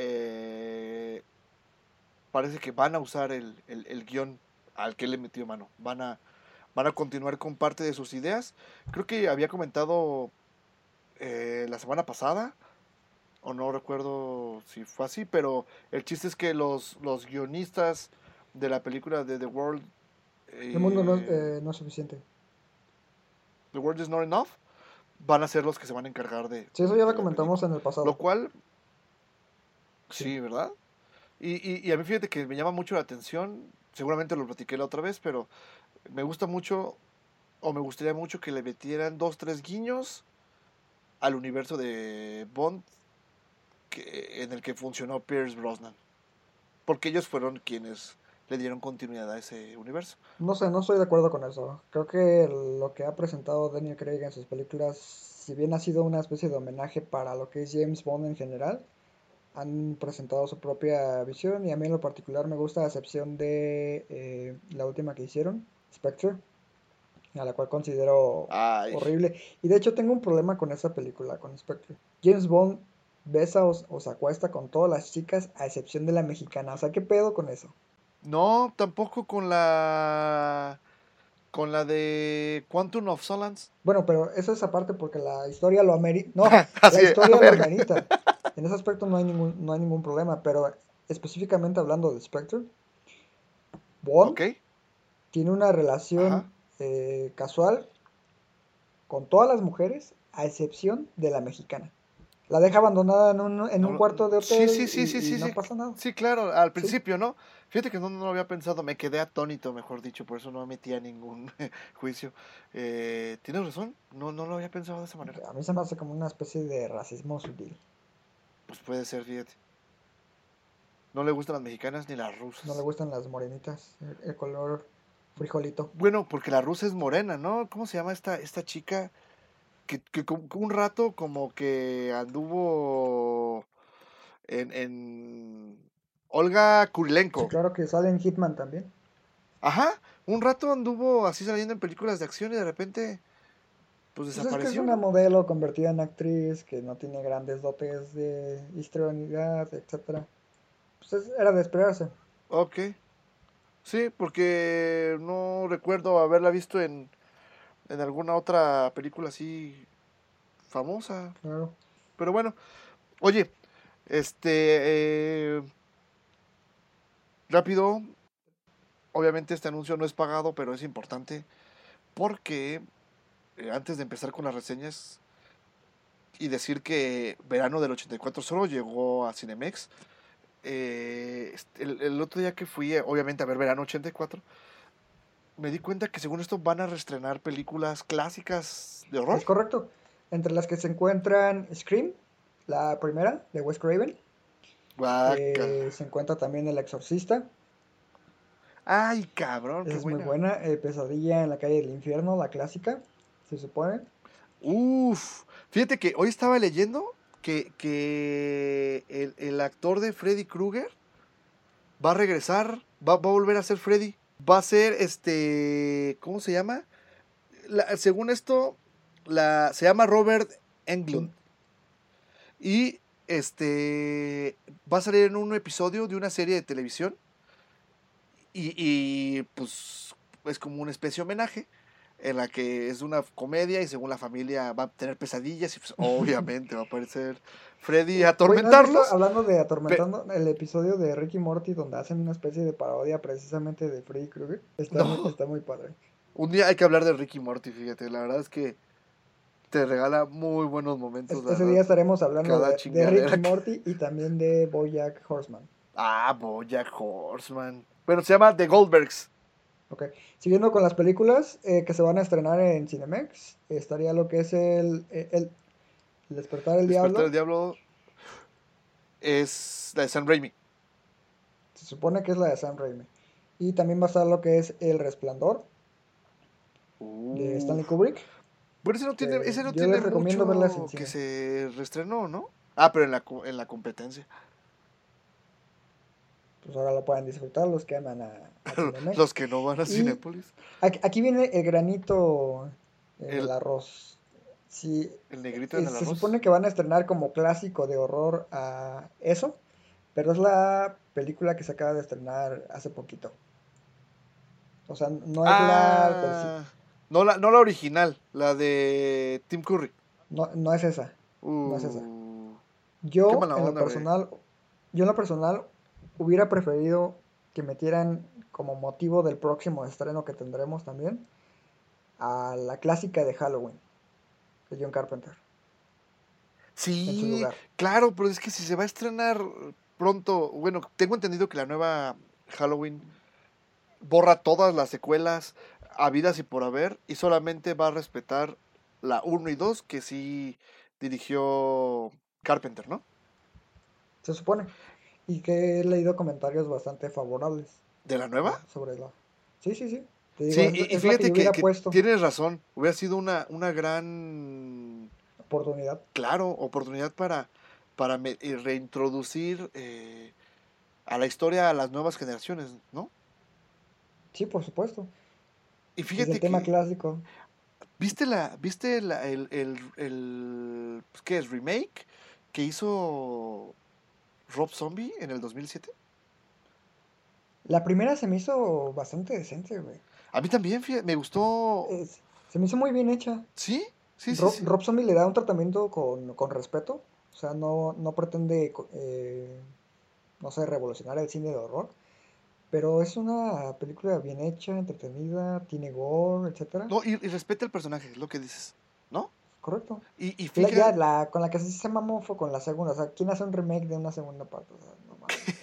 eh, parece que van a usar el, el, el guión al que le metió mano. Van a, van a continuar con parte de sus ideas. Creo que había comentado eh, la semana pasada, o no recuerdo si fue así, pero el chiste es que los, los guionistas de la película de The World, El mundo no, eh, eh, no es suficiente. The World is Not Enough, van a ser los que se van a encargar de, Sí, eso ya de lo la comentamos película. en el pasado. Lo cual, Sí. sí, ¿verdad? Y, y, y a mí fíjate que me llama mucho la atención, seguramente lo platiqué la otra vez, pero me gusta mucho, o me gustaría mucho que le metieran dos, tres guiños al universo de Bond que, en el que funcionó Pierce Brosnan. Porque ellos fueron quienes le dieron continuidad a ese universo. No sé, no estoy de acuerdo con eso. Creo que lo que ha presentado Daniel Craig en sus películas, si bien ha sido una especie de homenaje para lo que es James Bond en general, han presentado su propia visión y a mí en lo particular me gusta a excepción de eh, la última que hicieron, Spectre, a la cual considero Ay, horrible. Y de hecho tengo un problema con esa película, con Spectre. James Bond besa o, o se acuesta con todas las chicas a excepción de la mexicana. O sea, ¿qué pedo con eso? no, tampoco con la con la de Quantum of Solace. Bueno, pero eso es aparte porque la historia lo amerita. No, Así la es, historia a lo verga. amerita. En ese aspecto no hay ningún, no hay ningún problema, pero específicamente hablando de Spectre, Bond Ok, tiene una ajá. relación eh, casual con todas las mujeres, a excepción de la mexicana. La deja abandonada en un, en No un lo- cuarto de sí, hotel sí, sí, y, sí, y sí, no sí. pasa nada. Sí, claro, al Sí, principio, ¿no? Fíjate que no, no lo había pensado, me quedé atónito, mejor dicho, por eso no emitía ningún juicio. Eh, tienes razón, no, no lo había pensado de esa manera. a mí se me hace como una especie de racismo sutil. Pues puede ser, fíjate. No le gustan las mexicanas ni las No le rusas. gustan las morenitas, el, el color frijolito. Bueno, porque la rusa es morena, ¿no? ¿Cómo se llama esta, esta chica? Que, que como- un rato como que anduvo en, en Olga Sí, Kurilenko. claro que sale en Hitman también. Ajá, un rato anduvo así saliendo en películas de acción y de repente pues Pues es que es desapareció, una ¿no? modelo convertida en actriz que no tiene grandes dotes de histrionicidad, etcétera. Pues es- era de esperarse, Ok, sí, porque no recuerdo haberla visto en, en alguna otra película así famosa. claro. Pero bueno, oye, este, eh, rápido, obviamente este anuncio no es pagado, pero es importante porque eh, antes de empezar con las reseñas y decir que verano del ochenta y cuatro solo llegó a Cinemex, eh, este, el, el otro día que fui, eh, obviamente, a ver verano ochenta y cuatro, me di cuenta que según esto van a reestrenar películas clásicas de horror. Es correcto. Entre las que se encuentran Scream, la primera de Wes Craven. Guácala. Eh, se encuentra también El Exorcista. Ay, cabrón, Esa qué es muy buena. buena. Eh, Pesadilla en la calle del infierno, la clásica, se supone. Uf, fíjate que hoy estaba leyendo que, que el, el actor de Freddy Krueger va a regresar, va, va a volver a ser Freddy. Va a ser este, ¿cómo se llama? La- según esto, la, se llama Robert Englund. Y este va a salir en un episodio de una serie de televisión. Y, y, pues es como una especie de homenaje en la que es una comedia y según la familia va a tener pesadillas y pues obviamente va a aparecer Freddy a Oye, ¿no has visto, atormentarlos. hablando de Pe- atormentando, el episodio de Ricky Morty donde hacen una especie de parodia precisamente de Freddy Krueger? Está muy, no, está muy padre. un día hay que hablar de Ricky Morty, fíjate, la verdad es que te regala muy buenos Es- momentos, la ese verdad, día estaremos hablando cada de, de chingadera Ricky que... Morty y también de BoJack Horseman. Ah, BoJack Horseman. Bueno, se llama The Goldbergs. Ok. Siguiendo con las películas eh, que se van a estrenar en Cinemex, estaría lo que es el, el, el Despertar del Despertar Diablo. del Diablo es la de Sam Raimi. Se supone que es la de Sam Raimi. Y también va a estar lo que es El Resplandor de Stanley Uf. Kubrick. Bueno, ese no tiene, Que ese no yo tiene les recomiendo verlas en mucho que cine. se reestrenó, ¿no? Ah, pero en la, co- en la competencia. Pues ahora lo pueden disfrutar los que aman a, a Cinemex. Los que no van a Y Cinépolis. aquí, aquí viene el granito en el El, arroz. Sí, el negrito en eh, el se arroz. supone que van a estrenar como clásico de horror a eso, pero es la película que se acaba de estrenar hace poquito. O sea, no es la versi- Ah, no la, no la original, la de Tim Curry. no, no es esa, no es esa. Uh, qué Yo mala en lo onda, güey. personal, yo en lo personal hubiera preferido que metieran como motivo del próximo estreno que tendremos también a la clásica de Halloween de John Carpenter en su Sí, lugar. claro, pero es que si se va a estrenar pronto, bueno, tengo entendido que la nueva Halloween borra todas las secuelas habidas y por haber y solamente va a respetar la uno y dos que sí dirigió Carpenter, ¿no? Se supone. Y que he leído comentarios bastante favorables ¿De la eh, nueva? sobre la... Sí, sí, sí. Te digo, Sí, es, y, y es la que fíjate yo que, hubiera que puesto tienes razón, hubiera sido una, una gran, oportunidad. claro, oportunidad para, para me- eh, reintroducir eh, a la historia a las nuevas generaciones, ¿no? Sí, por supuesto. Y Desde el fíjate tema que, clásico. ¿viste la, viste la, el, el, el, pues, ¿qué es? Remake que hizo Rob Zombie en el dos mil siete. La primera se me hizo bastante decente, güey. A mí también, fíjate, me gustó. Es- se me hizo muy bien hecha. Sí, sí, sí, Rob, sí. Rob Zombie le da un tratamiento con, con respeto. O sea, no, no pretende, co- eh, no sé, revolucionar el cine de horror. Pero es una película bien hecha, entretenida, tiene gore, etcétera. No, y, y respeta el personaje, es lo que dices, ¿no? Correcto. Y, y La, ya, fíjate, la con la que sí se mamó fue con la segunda. O sea, ¿quién hace un remake de una segunda parte? O sea, no mames.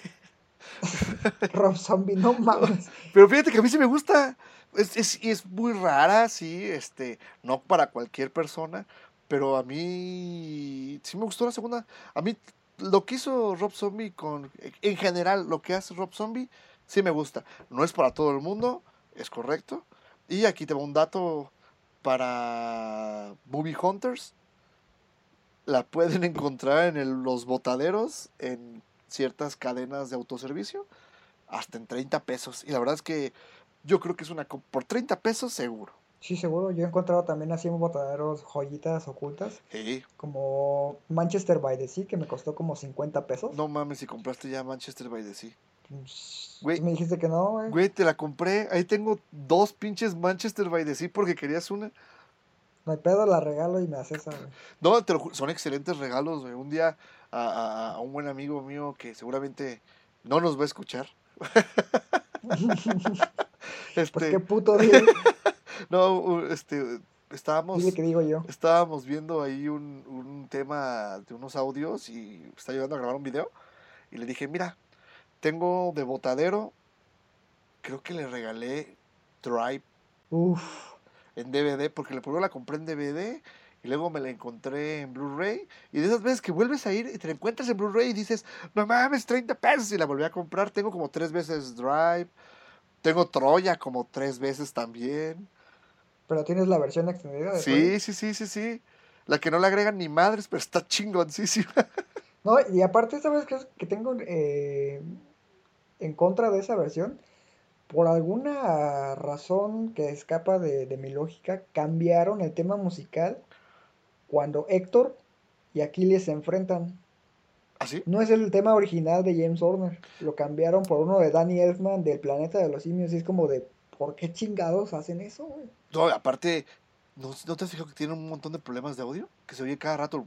Rob Zombie, no no, mames. pero fíjate que a mí sí me gusta. Es, es, y es muy rara, sí, este, no para cualquier persona, pero a mí sí me gustó la segunda. A mí lo que hizo Rob Zombie con, en general, lo que hace Rob Zombie, sí me gusta. No es para todo el mundo, es correcto. Y aquí te va un dato para Movie Hunters. La pueden encontrar en el- los botaderos, en ciertas cadenas de autoservicio, hasta en treinta pesos. Y la verdad es que yo creo que es una... co- por treinta pesos seguro. Sí, seguro. Yo he encontrado también así en botaderos joyitas ocultas. Sí. Como Manchester by the Sea, que me costó como cincuenta pesos. No mames si compraste ya Manchester by the Sea. Pues, Güey, tú me dijiste que no, güey. güey, te la compré. Ahí tengo dos pinches Manchester by the Sea porque querías una. No hay pedo, la regalo y me haces esa, güey. No, te lo ju- son excelentes regalos, güey. Un día a, a- a un buen amigo mío que seguramente no nos va a escuchar. Pues qué Este, puto, dile. no, u- este, Dile estábamos, que digo yo. estábamos viendo ahí un, un tema de unos audios y está ayudando a grabar un video. Y le dije, mira, tengo de botadero, creo que le regalé Drive Uf. en D V D, porque la primero la compré en D V D y luego me la encontré en Blu-ray. Y de esas veces que vuelves a ir y te la encuentras en Blu-ray y dices, no mames, treinta pesos. Y la volví a comprar. Tengo como tres veces Drive. Tengo Troya como tres veces también. Pero tienes la versión extendida de Troya. Sí, sí, sí, sí, sí. La que no le agregan ni madres, pero está chingoncísima. No, y aparte, ¿sabes qué es? Que tengo eh, en contra de esa versión? Por alguna razón que escapa de, de mi lógica, cambiaron el tema musical cuando Héctor y Aquiles se enfrentan. ¿Así? No es el tema original de James Horner, lo cambiaron por uno de Danny Elfman del Planeta de los Simios y es como de, ¿por qué chingados hacen eso, güey? No, aparte, ¿no, ¿no te has fijado que tiene un montón de problemas de audio? Que se oye cada rato.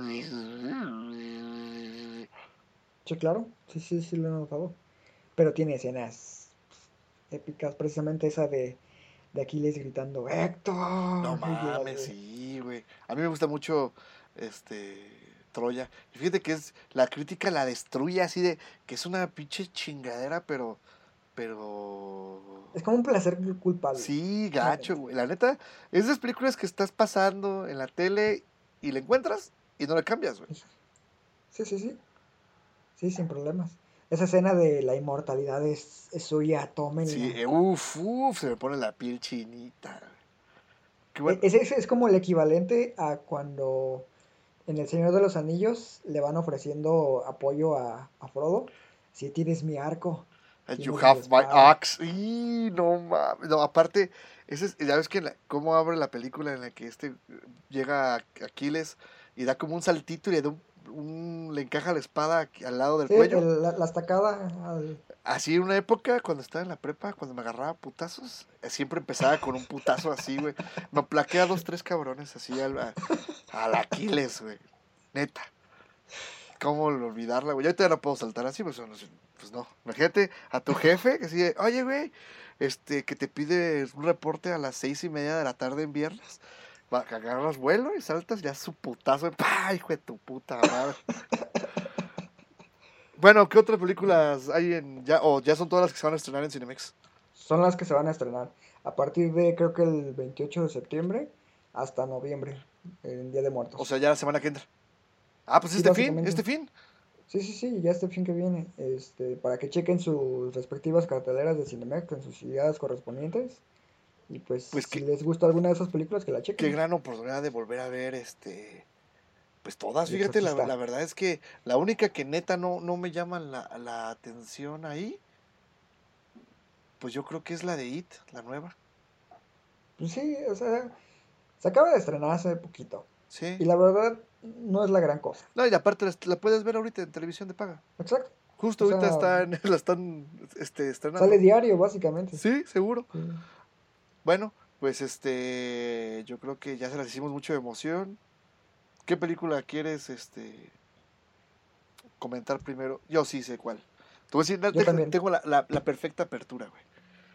Sí, claro, sí, sí, sí lo he notado. Pero tiene escenas épicas, precisamente esa de, de Aquiles gritando, No ¡Héctor! Y las mames, de- sí, güey. A mí me gusta mucho este Troya. Y fíjate que es la crítica la destruye así de que es una pinche chingadera, pero pero Es como un placer culpable. Sí, gacho, güey. La neta, es de esas películas que estás pasando en la tele y la encuentras y no la cambias, güey. Sí, sí, sí. Sí, sin problemas. Esa escena de la inmortalidad es, es suya, tómenla. Sí, eh, uf, uf, se me pone la piel chinita. Qué E- bueno. Ese, ese es como el equivalente a cuando en El Señor de los Anillos le van ofreciendo apoyo a, a Frodo. Si tienes mi arco, And you tienes mi have my espada. axe. Y no mames. No, aparte, ese es, ya ves que la- cómo abre la película en la que este eh, llega a Aquiles y da como un saltito y le da un, un- le encaja la espada aquí al lado del Sí, cuello. el- la, la estacada al- Así en una época, cuando estaba en la prepa, cuando me agarraba putazos, eh, siempre empezaba con un putazo así, güey. Me aplaqué a dos, tres cabrones así al, a- al Aquiles, güey. Neta. ¿Cómo olvidarla, güey? Yo ahorita ya no puedo saltar así, pues, no, pues no. Imagínate a tu jefe que sigue, oye, güey, este, que te pide un reporte a las seis y media de la tarde en viernes. Va, que agarras vuelo y saltas ya su putazo, güey. ¡Pah, hijo de tu puta madre! Bueno, ¿qué otras películas hay en ya o ya son todas las que se van a estrenar en Cinemex? son las que se van a estrenar. A partir de creo que el veintiocho de septiembre hasta noviembre, el Día de Muertos. O sea, ya la semana que entra. Ah, pues Sí, este fin, básicamente. este fin. Sí, sí, sí, ya este fin que viene, este, para que chequen sus respectivas carteleras de Cinemex en sus ciudades correspondientes. Y pues, Pues si qué, les gusta alguna de esas películas, que la qué chequen. gran oportunidad de volver a ver este. Pues todas, El fíjate, la, Exorcista. la verdad es que la única que neta no, no me llama la, la atención ahí, pues yo creo que es la de It, la nueva. Pues sí, o sea, se acaba de estrenar hace poquito. Sí. Y la verdad, no es la gran cosa. No, y aparte la, la puedes ver ahorita en televisión de paga. Exacto. Justo O ahorita sea, están, la están este, estrenando. sale diario, básicamente. Sí, seguro. Sí. Bueno, pues este, yo creo que ya se las hicimos mucho de emoción. ¿Qué película quieres este comentar primero? Yo sí sé cuál. Te voy a decir, Yo deja- también. tengo la, la, la perfecta apertura, güey.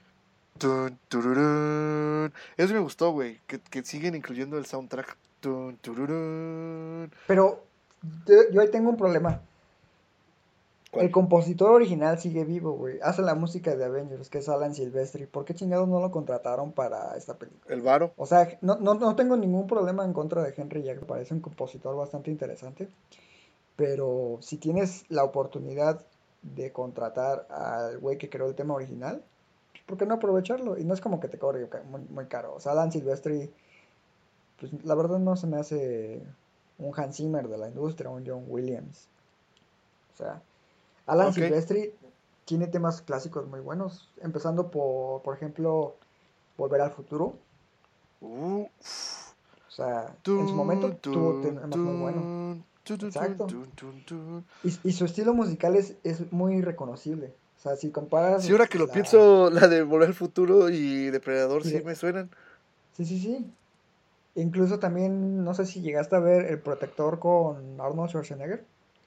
Tun, tururún. Eso me gustó, güey, que, que siguen incluyendo el soundtrack. Tun, tururún. Pero yo, yo ahí tengo un problema. ¿Cuál? El compositor original sigue vivo, güey. Hace la música de Avengers, que es Alan Silvestri. ¿Por qué chingados no lo contrataron para esta película? El varo. O sea, no, no, no tengo ningún problema en contra de Henry Jack, me parece un compositor bastante interesante. Pero si tienes la oportunidad de contratar al güey que creó el tema original, ¿por qué no aprovecharlo? Y no es como que te cobre ca- muy, muy caro. O sea, Alan Silvestri, pues la verdad no se me hace un Hans Zimmer de la industria, un John Williams. O sea, Alan Ok. Silvestri tiene temas clásicos muy buenos, empezando por, por ejemplo, Volver al Futuro. Uh, O sea, en su momento tun, tuvo tun, temas muy buenos. tun, tun, tun, Exacto. tun, tun, tun. Y, y su estilo musical es, es muy reconocible. O sea, si comparas Sí, ahora que lo la... pienso, la de Volver al Futuro y Depredador y sí de- me suenan. Sí, sí, sí. Incluso también, no sé si llegaste a ver El Protector con Arnold Schwarzenegger.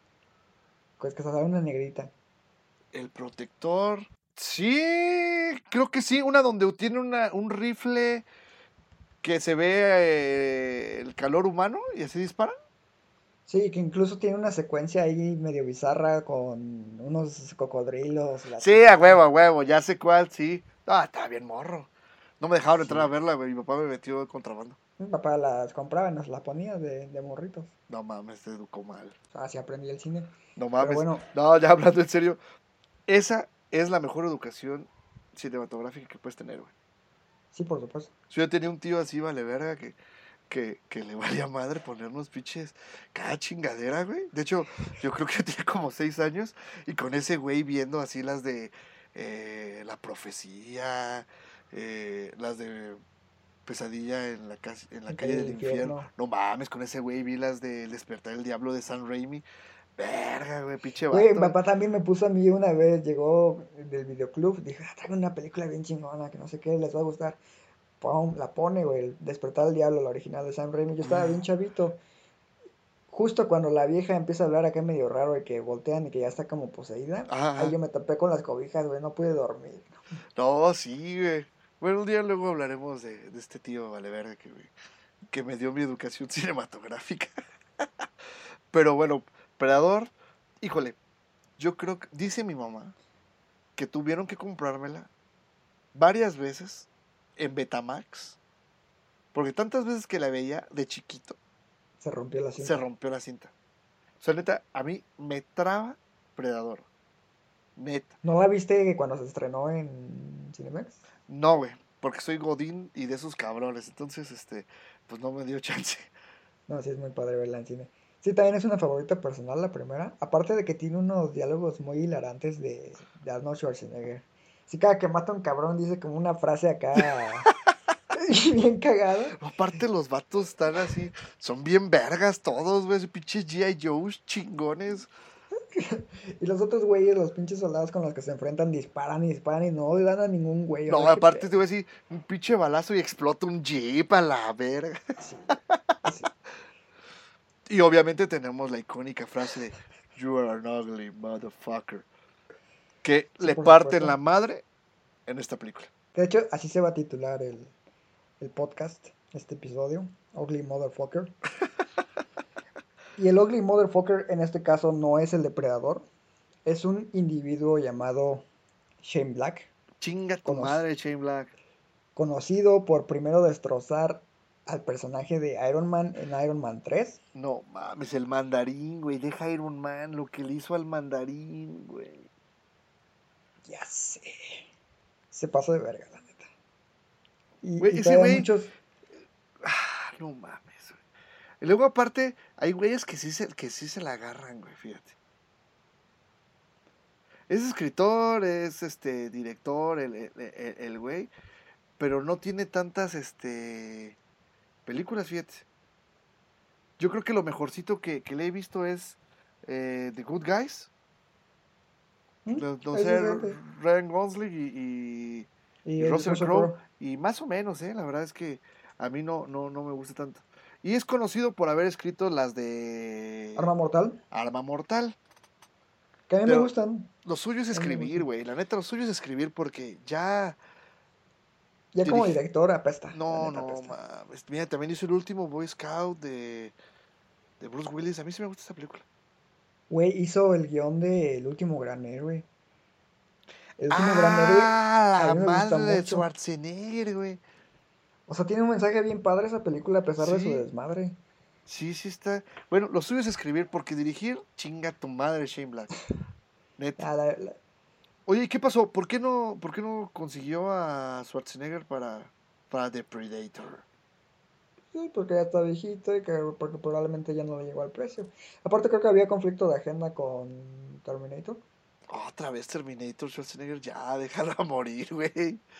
Pues que se sale una negrita. El Protector. Sí, creo que sí. Una donde tiene una, un rifle que se ve eh, el calor humano y así dispara. Sí, que incluso tiene una secuencia ahí medio bizarra con unos cocodrilos. La Sí, a chingada. huevo, a huevo. Ya sé cuál, sí. Ah, está bien morro. No me dejaron entrar a Sí. verla, güey. Mi papá me metió de contrabando. Mi papá las compraba y nos las ponía de, de morritos. No mames, te educó mal. O sea, así aprendí el cine. No Pero mames. bueno, No, ya hablando en serio. Esa es la mejor educación cinematográfica que puedes tener, güey. sí, por supuesto. Yo tenía un tío así, vale verga, que, que, que le valía madre ponernos pinches cada chingadera, güey. De hecho, yo creo que tenía como seis años y con ese güey viendo así las de eh, La Profecía, eh, las de Pesadilla en la, cas- en la En calle Calle del del infierno. Infierno. No mames, con ese güey vi las de El Despertar del Diablo de San Raimi. Verga, güey, pinche Güey, mi vato. papá también me puso a mí una vez, llegó del videoclub, dijo, ah, traigo una película bien chingona, que no sé qué, les va a gustar. Pum, la pone, güey, el Despertar del Diablo, la original de Sam Raimi. Yo estaba bien chavito. Justo cuando la vieja empieza a hablar acá medio raro y que voltean y que ya está como poseída, Ajá, ahí ajá. yo me tapé con las cobijas, güey, no pude dormir. No, sí, güey. Bueno, un día luego hablaremos de, de este tío vale verga que, güey, que me dio mi educación cinematográfica. Pero bueno, Predador, híjole, yo creo que, dice mi mamá, que tuvieron que comprármela varias veces en Betamax, porque tantas veces que la veía de chiquito, Se rompió la cinta. se rompió la cinta. O sea, neta, a mí me traba Predador. Neta. ¿No la viste cuando se estrenó en Cinemex? No, güey, porque soy godín y de esos cabrones. Entonces, este, pues no me dio chance. No, sí es muy padre verla en cine. Sí, también es una favorita personal la primera. Aparte de que tiene unos diálogos muy hilarantes de, de Arnold Schwarzenegger. Sí, cada que mata a un cabrón dice como una frase acá bien cagada. Aparte los vatos están así, son bien vergas todos, güey, esos pinches G I. Joes chingones. Y los otros güeyes, los pinches soldados con los que se enfrentan, disparan y disparan y no le dan a ningún güey. No, o sea, qué aparte pedo. te voy a decir, un pinche balazo y explota un jeep a la verga. Sí, sí. Y obviamente tenemos la icónica frase de You are an ugly motherfucker, que Sí, le por parten supuesto. la madre en esta película. De hecho, así se va a titular el, el podcast, este episodio, Ugly Motherfucker. Y el Ugly Motherfucker en este caso no es el depredador, es un individuo llamado Shane Black, Chinga tu Como- madre, Shane Black. conocido por primero destrozar al personaje de Iron Man en Iron Man tres. No mames, el mandarín, güey. Deja Iron Man, lo que le hizo al mandarín, güey. Ya sé. Se pasó de verga, la neta. Y, Güey, y ese todavía güey- muchos... Ah, no mames, güey. Y luego aparte, hay güeyes que sí se, que sí se la agarran, güey, fíjate. Es escritor, es este director, el, el, el- el güey, pero no tiene tantas este películas, fíjate. Yo creo que lo mejorcito que, que le he visto es eh, The Good Guys. ¿Mm? No, no Ahí sé, sí, gente. Ryan Gosling y, y, Y y el Russell Russell Crowe. Crowe. Y más o menos, ¿eh? La verdad es que a mí no, no, no me gusta tanto. Y es conocido por haber escrito las de Arma Mortal. Arma Mortal. Que a mí Pero- me gustan. Lo suyo es A mí me escribir, gusta. güey. La neta, lo suyo es escribir porque ya... Ya como dirigi- director apesta. No, la neta, no, apesta. mames. Mira, también hizo el último Boy Scout de, de Bruce Willis. A mí sí me gusta esa película. Güey, hizo el guión de El último gran héroe. El último gran héroe. Ah, a la mí me gusta madre de mucho. Schwarzenegger, güey. O sea, tiene un mensaje bien padre esa película a pesar de su Sí. desmadre. Sí, sí está. Bueno, lo suyo es escribir porque dirigir, chinga tu madre, Shane Black. Neta. Ah, la- la- Oye, ¿y qué pasó? ¿Por qué no, por qué no consiguió a Schwarzenegger para, para The Predator? sí, porque ya está viejito y que porque probablemente ya no le llegó al precio. Aparte creo que había conflicto de agenda con Terminator. Otra vez Terminator, Schwarzenegger, ya, déjala morir, güey.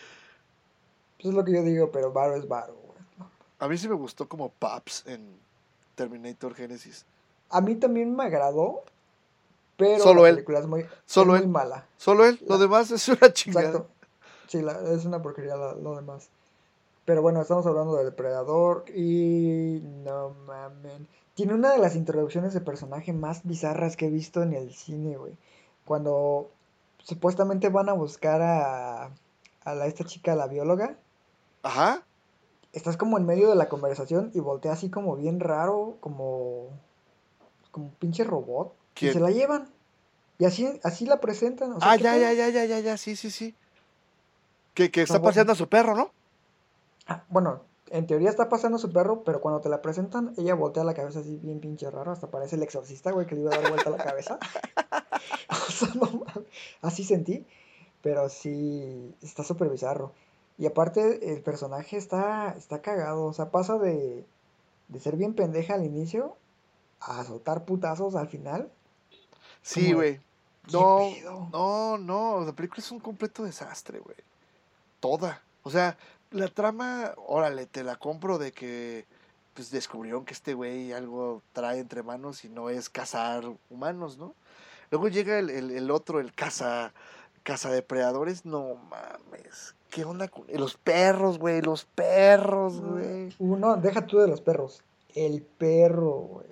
Pues es lo que yo digo, pero varo es varo, güey. A mí sí me gustó como Paps en Terminator Genesis. A mí también me agradó, pero Solo la él. película es muy, Solo es él. muy mala. Solo él, lo La- demás es una chingada. Exacto. Sí, la- es una porquería la- lo demás. Pero bueno, estamos hablando de Depredador y no mamen. Tiene una de las introducciones de personaje más bizarras que he visto en el cine, güey. Cuando supuestamente van a buscar a, a la, esta chica, la bióloga. Ajá. Estás como en medio de la conversación y voltea así como bien raro, como, como un pinche robot. ¿Quién? Y se la llevan. Y así, así la presentan. O sea, Ah, ¿qué ya, pedo? ya, ya, ya, ya, ya, sí, sí, sí. Que, que está No, bueno. paseando a su perro, ¿no? Ah, bueno, en teoría está pasando su perro, pero cuando te la presentan, ella voltea la cabeza así bien pinche raro, hasta parece el exorcista, güey, que le iba a dar vuelta a la cabeza. O sea, no mames, así sentí, pero sí, está súper bizarro. Y aparte, el personaje está, está cagado, o sea, pasa de, de ser bien pendeja al inicio a soltar putazos al final. Sí, Como, güey. ¿qué No, pedo? no, no. La película es un completo desastre, güey. Toda. O sea, la trama, órale, te la compro de que pues descubrieron que este güey algo trae entre manos y no es cazar humanos, ¿no? Luego llega el, el, el otro, el caza, cazadepredadores. No mames. ¿Qué onda con los perros, güey? Los perros, güey. Uno, deja tú de los perros, el perro, güey.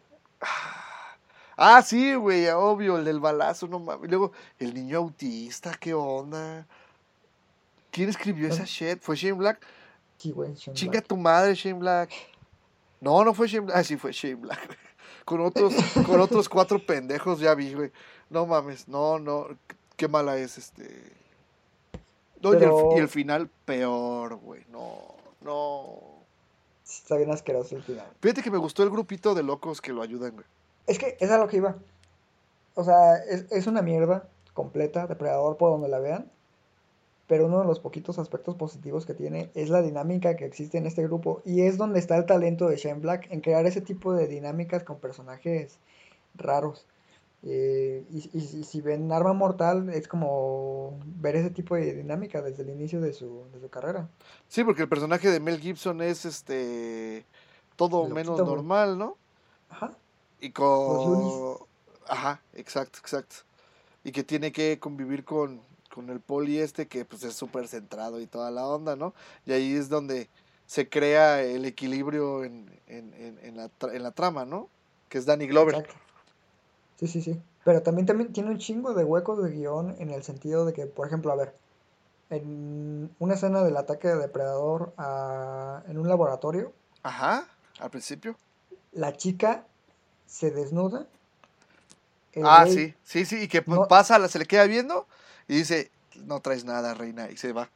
Ah, sí, güey, obvio, el del balazo, no mames. Y luego, el niño autista, ¿qué onda? ¿Quién escribió esa shit? ¿Fue Shane Black? Sí, güey, Shane Chinga Black. tu madre, Shane Black. No, no fue Shane Black. Ah, sí, fue Shane Black, güey. Con otros, con otros cuatro pendejos ya vi, güey. No mames, no, no. Qué mala es este. No, y, el, Pero y el final peor, güey. No, no. sí está bien asqueroso el final. Fíjate que me gustó el grupito de locos que lo ayudan, güey. Es que es a lo que iba. O sea, es, es una mierda completa, Depredador por donde la vean. Pero uno de los poquitos aspectos positivos que tiene es la dinámica que existe en este grupo. Y es donde está el talento de Shane Black en crear ese tipo de dinámicas con personajes raros. Eh, y, y si si ven Arma Mortal, es como ver ese tipo de dinámica desde el inicio de su, de su carrera. Sí, porque el personaje de Mel Gibson es este. Todo menos Loquito, güey. normal, ¿no? Ajá. Y Los Goonies. con. Ajá, exacto, exacto. Y que tiene que convivir con, con el poli este que pues es súper centrado y toda la onda, ¿no? Y ahí es donde se crea el equilibrio en, en, en, en la, tra- en la trama, ¿no? Que es Danny Glover. Exacto. Sí, sí, sí. Pero también, también tiene un chingo de huecos de guión en el sentido de que, por ejemplo, a ver, en una escena del ataque de Depredador a- en un laboratorio, Ajá, al principio. la chica se desnuda, el Ah, güey sí, sí, sí, y que pues, no... pasa, la- se le queda viendo y dice, no traes nada, reina, y se va.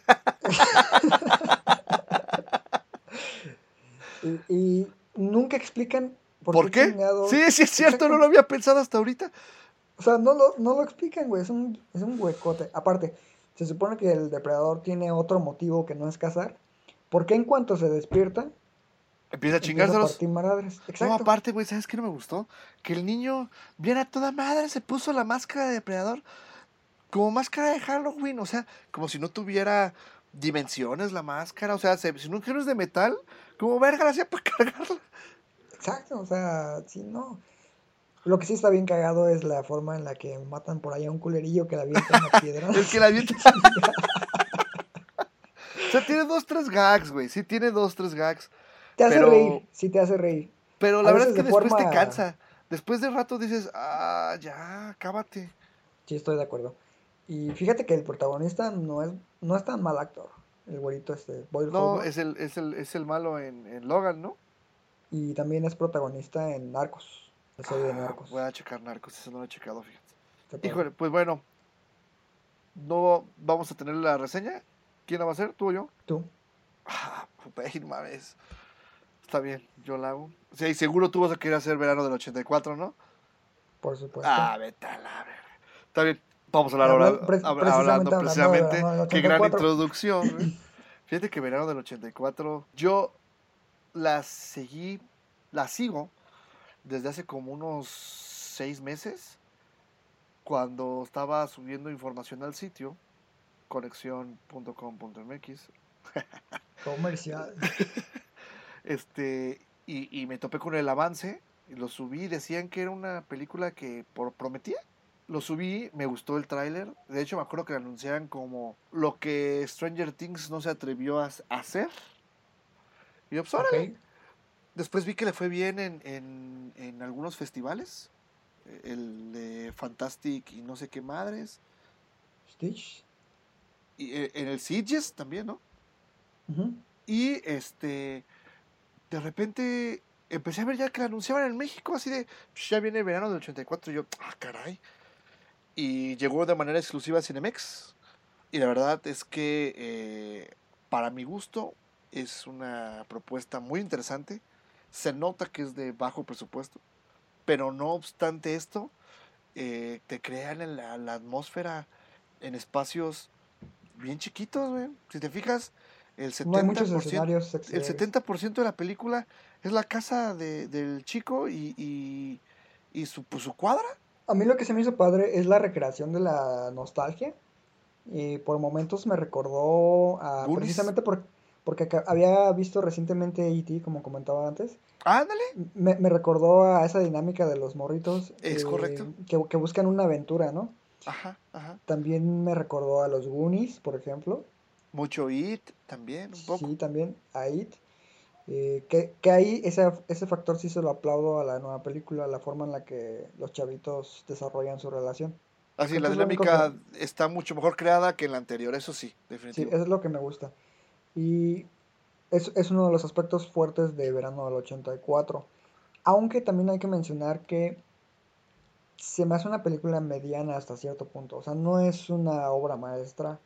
Y, y nunca explican por ¿Por qué qué? chingados... Sí, sí es cierto, no Exacto. lo había pensado hasta ahorita. O sea, no lo, no lo explican, güey. Es un, es un huecote. Aparte, se supone que el depredador tiene otro motivo que no es cazar. ¿Por qué en cuanto se despierta, Empieza a empieza a chingárselos. partir madres? No, Exacto. aparte, güey, ¿sabes qué no me gustó? Que el niño, bien a toda madre, se puso la máscara de depredador como máscara de Halloween, o sea, como si no tuviera dimensiones la máscara, o sea, se- si no es de metal, como verga la hacía para cargarla. Exacto. O sea, sí, no. Lo que sí está bien cagado es la forma en la que matan por ahí a un culerillo que le avienta una piedra. El que la avienta. O sea, tiene dos, tres gags, güey, sí tiene dos, tres gags, Te hace pero, reír, sí te hace reír. pero A la verdad es veces que de después te forma... cansa. Después de rato dices, ah, ya, cábate. Sí, estoy de acuerdo. Y fíjate que el protagonista no es, no es tan mal actor. El güerito este, Boyle No, Holbrook. es el, es el, es el malo en, en Logan, ¿no? Y también es protagonista en Narcos, la serie de Ah, voy Narcos. a checar Narcos, eso no lo he checado, fíjate. Está padre. Híjole, pues bueno, no vamos a tener la reseña. ¿Quién la va a hacer? ¿Tú o yo? Tú, Ah, güey, no mames. Está bien, yo la hago. O sea, y seguro tú vas a querer hacer verano del ochenta y cuatro, ¿no? por supuesto. Ah, vete a la verga. Está bien, vamos a hablar Hablan- ahora, pre- hab- precisamente hablando hablando de precisamente. verano del Qué gran ochenta y cuatro. introducción, güey. Fíjate que verano del ochenta y cuatro, yo la seguí, la sigo desde hace como unos seis meses, cuando estaba subiendo información al sitio, conexión punto com punto m x. Comercial. Este, y, y me topé con el avance, y lo subí, decían que era una película que por, prometía. Lo subí, me gustó el tráiler. De hecho, me acuerdo que lo anunciaban como lo que Stranger Things no se atrevió a, a hacer. Y yo, pues, órale. Ok. Después vi que le fue bien en, en, en algunos festivales. El de Fantastic y no sé qué madres. Stitch. Y eh, en el Sitges también, ¿no? Ujú. Y este, de repente empecé a ver ya que la anunciaban en México, así de, pues ya viene el verano del ochenta y cuatro. Y yo, ah, caray. Y llegó de manera exclusiva a Cinemex. Y la verdad es que, eh, para mi gusto, es una propuesta muy interesante. Se nota que es de bajo presupuesto. Pero no obstante esto, eh, te crean la, la atmósfera en espacios bien chiquitos, güey. Si te fijas, el No hay muchos setenta por ciento, escenarios el exteriores. setenta por ciento de la película es la casa de, del chico y, y, y su, pues, su cuadra. A mí lo que se me hizo padre es la recreación de la nostalgia. Y por momentos me recordó a, Goonies. precisamente por, porque acá- había visto recientemente E T, como comentaba antes. Ándale, Me, me recordó a esa dinámica de los morritos es eh, correcto. que, que buscan una aventura, ¿no? Ajá, ajá. También me recordó a los Goonies, por ejemplo. Mucho It también, un poco. Sí, también a It. Eh, que, que ahí ese, ese factor sí se lo aplaudo a la nueva película, la forma en la que los chavitos desarrollan su relación. Así, Creo la que es lo único dinámica que... está mucho mejor creada que en la anterior, eso sí, Sí, definitivo. eso es lo que me gusta. Y es, es uno de los aspectos fuertes de Verano del ochenta y cuatro. Aunque también hay que mencionar que se me hace una película mediana hasta cierto punto. O sea, no es una obra maestra.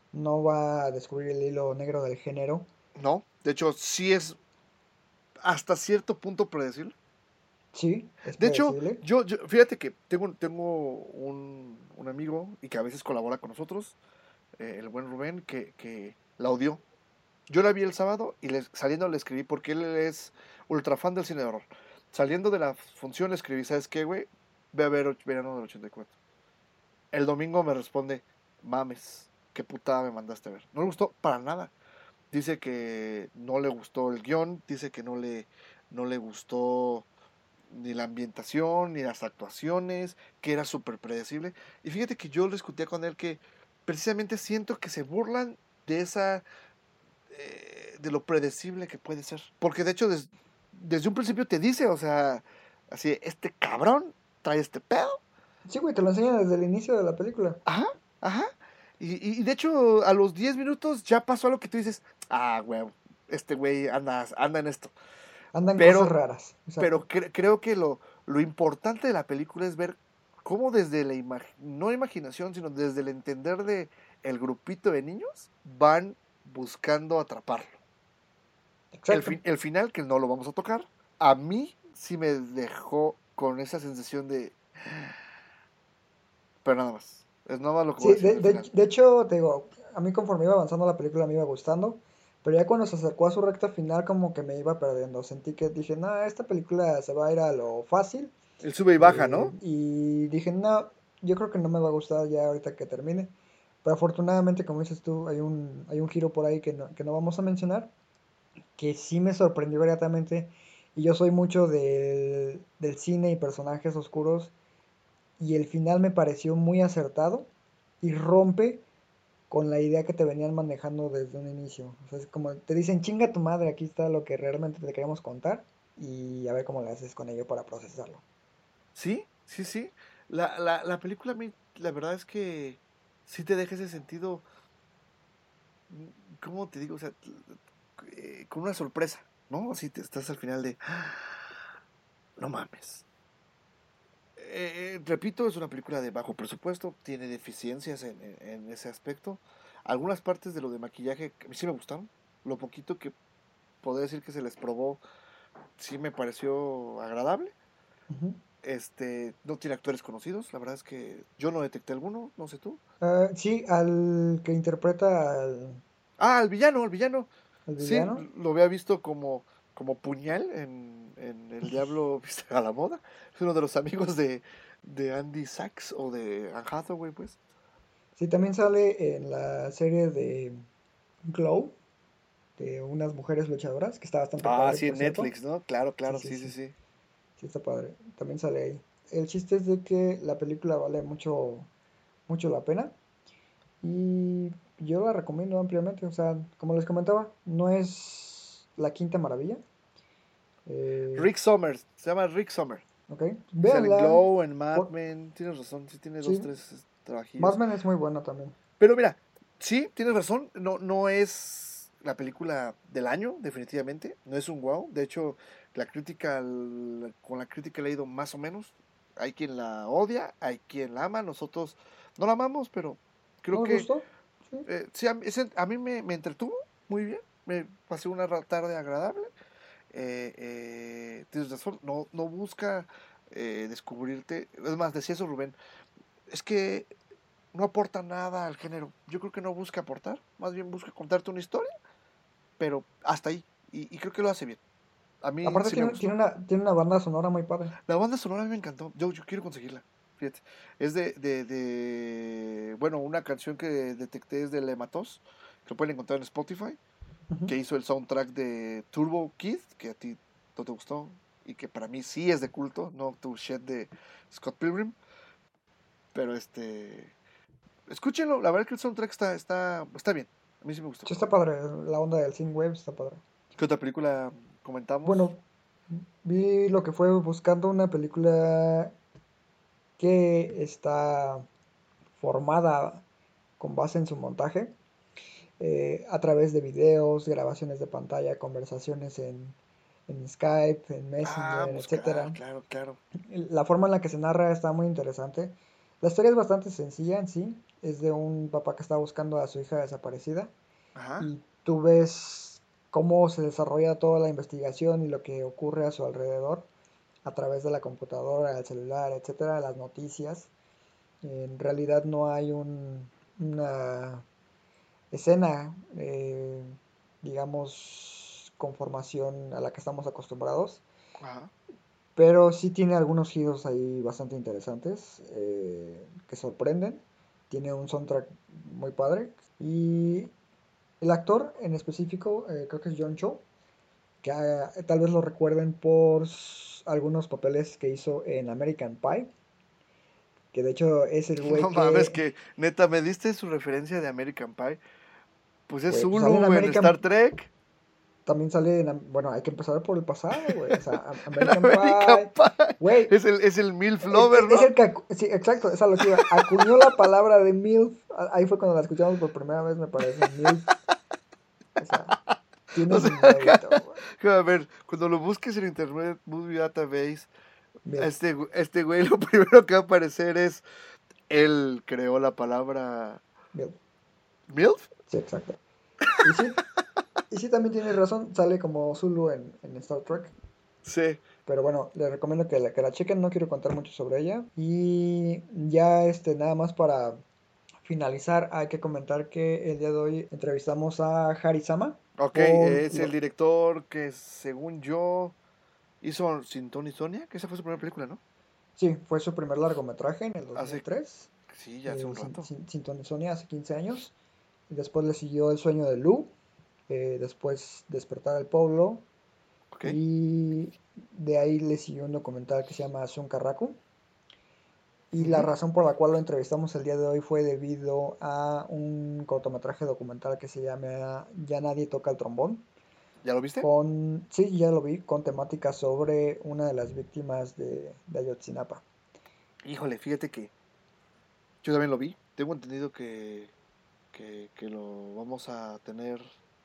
no va a descubrir el hilo negro del género. No, de hecho, sí es hasta cierto punto predecible. Sí, es De hecho, predecible. yo, yo fíjate que tengo, tengo un, un amigo y que a veces colabora con nosotros, eh, el buen Rubén, que, que la odió. Yo la vi el sábado y le, saliendo le escribí, porque él es ultra fan del cine de horror. Saliendo de la función le escribí, ¿sabes qué, güey? Ve a ver och- Verano del ochenta y cuatro. El domingo me responde, mames, qué putada me mandaste a ver. No le gustó para nada. Dice que no le gustó el guión, dice que no le, no le gustó ni la ambientación, ni las actuaciones, que era súper predecible. Y fíjate que yo discutía con él que precisamente siento que se burlan de esa, eh, de lo predecible que puede ser. Porque de hecho des- desde un principio te dice, o sea, así, este cabrón trae este pedo. Sí, güey, te lo enseñan desde el inicio de la película. Ajá, ajá. Y, y- y de hecho a los diez minutos ya pasó algo que tú dices, ah, güey, este güey anda, anda en esto. Andan Pero, cosas raras. pero Exacto. cre- creo que lo, lo importante de la película es ver cómo desde la imag- no imaginación, sino desde el entender de el grupito de niños van buscando atraparlo. El, Exacto. fin- el final, que no lo vamos a tocar, a mí sí me dejó con esa sensación de... Pero nada más. Es nada más lo que voy a Sí, decir de, del de, final. de hecho, te digo, a mí conforme iba avanzando la película me iba gustando, pero ya cuando se acercó a su recta final como que me iba perdiendo. Sentí que dije, no, esta película se va a ir a lo fácil. El sube y baja, eh, ¿no? y dije, no, yo creo que no me va a gustar ya ahorita que termine. Pero afortunadamente, como dices tú, hay un, hay un giro por ahí que no, que no vamos a mencionar, que sí me sorprendió gratamente. Y yo soy mucho del, del cine y personajes oscuros. Y el final me pareció muy acertado y rompe con la idea que te venían manejando desde un inicio. O sea, es como te dicen, chinga tu madre, aquí está lo que realmente te queremos contar y a ver cómo le haces con ello para procesarlo. Sí, sí, sí. La, la, la película, a mí, la verdad es que sí te deja ese sentido, ¿cómo te digo? O sea, eh, con una sorpresa, ¿no? Así te estás al final de, "Ah, no mames". Eh, eh, repito, es una película de bajo presupuesto, tiene deficiencias en, en- en ese aspecto. Algunas partes de lo de maquillaje a mí sí me gustaron. Lo poquito que podría decir que se les probó sí me pareció agradable. Ujú. Este, no tiene actores conocidos, la verdad es que yo no detecté alguno, no sé tú. Ah, sí, al que interpreta al, Ah, el villano, el villano. al Sí, villano. lo había visto como, como puñal en, en El Diablo Viste a la Moda. Es uno de los amigos de, de Andy Sachs o de Anne Hathaway, pues. Sí, también sale en la serie de Glow, de unas mujeres luchadoras, que está bastante Ah, padre, sí, por en cierto. Netflix, ¿no? Claro, Sí, claro, sí, sí, sí, sí, sí. sí está padre. También sale ahí. El chiste es de que la película vale mucho, mucho la pena. Y yo la recomiendo ampliamente. O sea, como les comentaba, no es la quinta maravilla. Eh, Rick Somers, se llama Rick Somers. ok, Y sale en véanla. Glow, en Mad Por, Men, tienes razón, sí tiene dos, sí, tres eh, Mad trabajillos. Men es muy buena también. Pero mira, sí, tienes razón, no, no es la película del año, definitivamente, no es un wow, de hecho, la crítica, al- con la crítica le ha ido más o menos, hay quien la odia, hay quien la ama, nosotros no la amamos, pero creo ¿No os que gustó? Sí. eh, sí, a, mí- ese- a mí me, me entretuvo muy bien, me pasé una ra- tarde agradable, eh, eh, tienes razón, no, no busca eh, descubrirte, es más, decía eso Rubén, es que no aporta nada al género. Yo creo que no busca aportar, más bien busca contarte una historia, pero hasta ahí. Y, y creo que lo hace bien. A mí Aparte sí me tiene, tiene gustó. una, tiene una banda sonora muy padre. La banda sonora a mí me encantó. Yo, yo quiero conseguirla. Fíjate. Es de, de, de- bueno, una canción que detecté es de Lematos, que lo pueden encontrar en Spotify, Ujú. que hizo el soundtrack de Turbo Kid, que a ti no te gustó, y que para mí sí es de culto, no To Shed de Scott Pilgrim. Pero este, escúchenlo, la verdad que el soundtrack está, está, está bien. A mí sí me gustó. Sí está padre, la onda del Synthwave está padre. ¿Qué otra película comentamos? Bueno, vi lo que fue buscando una película que está formada con base en su montaje, eh, a través de videos, grabaciones de pantalla, conversaciones en, en Skype, en Ah, Messenger, buscar, etcétera. claro, claro. La forma en la que se narra está muy interesante. La historia es bastante sencilla en sí. Es de un papá que está buscando a su hija desaparecida. Ajá. Y tú ves cómo se desarrolla toda la investigación y lo que ocurre a su alrededor a través de la computadora, el celular, etcétera, las noticias. En realidad no hay un, una escena, eh, digamos, con formación a la que estamos acostumbrados, Ajá. pero sí tiene algunos giros ahí bastante interesantes eh, que sorprenden. Tiene un soundtrack muy padre y el actor en específico, eh, creo que es John Cho, que ah, tal vez lo recuerden por s- algunos papeles que hizo en American Pie, que de hecho es el güey No mames, que, que neta, me diste su referencia de American Pie. Pues es güey, pues sale en Zulu en Star American, Trek. también sale en, Am- bueno, hay que empezar por el pasado, güey, o sea, Am- En American American Pie, Pie. güey, Es el, es el MILF es, Lover, es ¿no? el que, acu- sí, exacto, es a lo que iba, acuñó la palabra de MILF, a- ahí fue cuando la escuchamos por primera vez, me parece, MILF, o sea, tiene O su sea, mérito, güey, a ver, cuando lo busques en Internet Movie Database, MILF, este, gu- este güey lo primero que va a aparecer es, él creó la palabra MILF, MILF. sí, exacto, y sí, y sí también tienes razón, sale como Zulu en, en Star Trek. Sí. Pero bueno, les recomiendo que la, que la chequen, no quiero contar mucho sobre ella. Y ya este, nada más para finalizar, hay que comentar que el día de hoy entrevistamos a Harisama Ok, por es el lo- director que según yo hizo Sin Tony Sonia, que esa fue su primera película, ¿no? sí, fue su primer largometraje en el Hace, dos mil tres, sí, ya hace eh, un sin, rato. sin, Sintonizónia hace quince años. Y después le siguió El sueño de Lu, eh, después Despertar al pueblo, Ok. y de ahí le siguió un documental que se llama Sunkarraku. Y la Ujú. razón por la cual lo entrevistamos el día de hoy fue debido a un cortometraje documental que se llama Ya nadie toca el trombón. ¿Ya lo viste? Con, sí, ya lo vi, con temática sobre una de las víctimas de, de Ayotzinapa. Híjole, fíjate que yo también lo vi. Tengo entendido que, que, que lo vamos a tener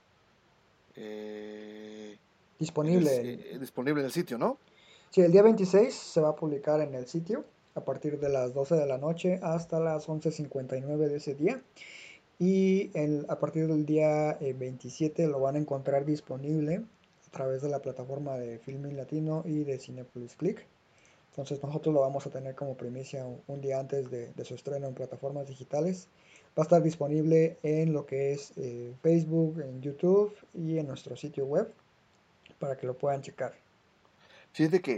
eh, en el, Disponible en, eh, disponible en el sitio, ¿no? sí, el día veintiséis se va a publicar en el sitio a partir de las doce de la noche hasta las once cincuenta y nueve de ese día. Y el- a partir del día eh, veintisiete lo van a encontrar disponible a través de la plataforma de Filmin Latino y de Cinepolis Click. Entonces nosotros lo vamos a tener como primicia un, un día antes de, de su estreno en plataformas digitales. Va a estar disponible en lo que es eh, Facebook, en YouTube y en nuestro sitio web para que lo puedan checar. Fíjate que,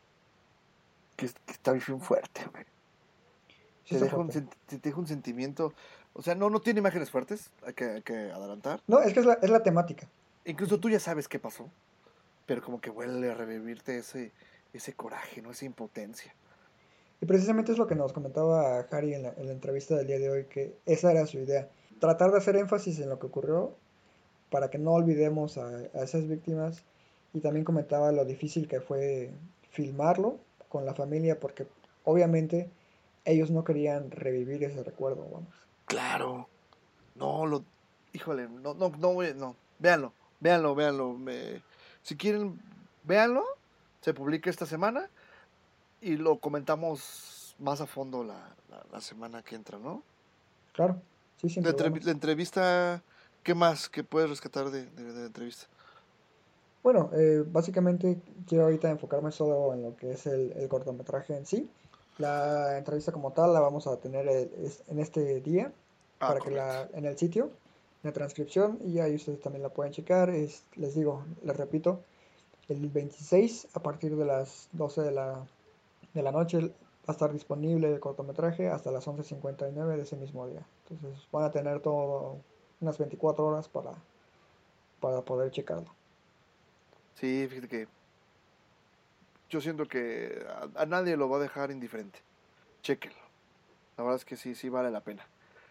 que, que está bien fuerte, güey. Sí Te está deja un, fuerte. sen- te deja un sentimiento. O sea, no, no tiene imágenes fuertes, hay que, hay que adelantar. No, es que es la, es la temática. Incluso tú ya sabes qué pasó, pero como que vuelve a revivirte ese, ese coraje, ¿no? Esa impotencia. Y precisamente es lo que nos comentaba Harry en la, en la entrevista del día de hoy, que esa era su idea. Tratar de hacer énfasis en lo que ocurrió para que no olvidemos a, a esas víctimas. Y también comentaba lo difícil que fue filmarlo con la familia, porque obviamente ellos no querían revivir ese recuerdo, vamos. Claro. No, lo. Híjole, no, no, no, voy- no. Véanlo, véanlo, véanlo. Me- si quieren, véanlo. Se publica esta semana y lo comentamos más a fondo la, la, la semana que entra, ¿no? Claro, sí, sin La, entrev- problemas. la entrevista, ¿qué más que puedes rescatar de, de- de la entrevista? Bueno, eh, básicamente quiero ahorita enfocarme solo en lo que es el, el cortometraje en sí. La entrevista como tal la vamos a tener el- es- en este día Ah, para que correcto. la en el sitio, en la transcripción y ahí ustedes también la pueden checar. Es, les digo, les repito, el veintiséis a partir de las doce de la, de la noche va a estar disponible el cortometraje hasta las once cincuenta y nueve de ese mismo día. Entonces van a tener todo unas veinticuatro horas para, para poder checarlo. Sí, fíjate que yo siento que a, a nadie lo va a dejar indiferente. Chéquenlo. La verdad es que sí, sí vale la pena.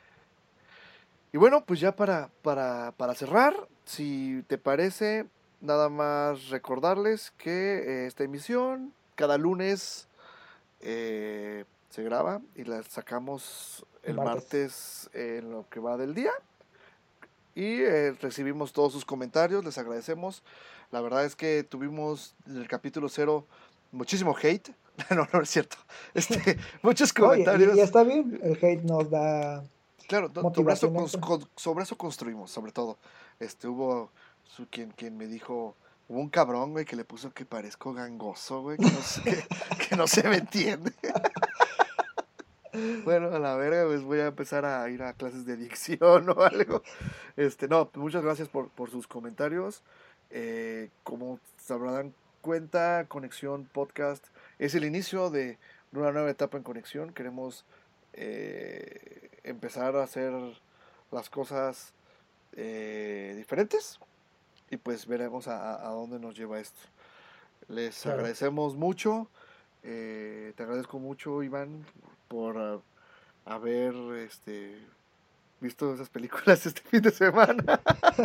Y bueno, pues ya para, para, para cerrar, si te parece, nada más recordarles que eh, esta emisión cada lunes eh, se graba y la sacamos el Martes. martes en lo que va del día. Y eh, recibimos todos sus comentarios, les agradecemos. La verdad es que tuvimos en el capítulo cero muchísimo hate, No, no es cierto. Este, muchos Oye, comentarios. y, y está bien, el hate nos da Claro, do- sobre, eso, motivación cons- extra. con- sobre eso construimos, sobre todo. Este, hubo su, quien, quien me dijo, hubo un cabrón, güey, que le puso que parezco gangoso, güey, que no, se- que, que no se me entiende. Bueno, a la verga, pues voy a empezar a ir a clases de dicción o algo. Este, no, muchas gracias por, por sus comentarios. Eh, como se habrán cuenta, Conexión Podcast es el inicio de una nueva etapa en Conexión. Queremos eh, empezar a hacer las cosas eh, diferentes y pues veremos a, a dónde nos lleva esto. Les Claro. agradecemos mucho. Eh, te agradezco mucho, Iván, por uh, haber este, visto esas películas este fin de semana.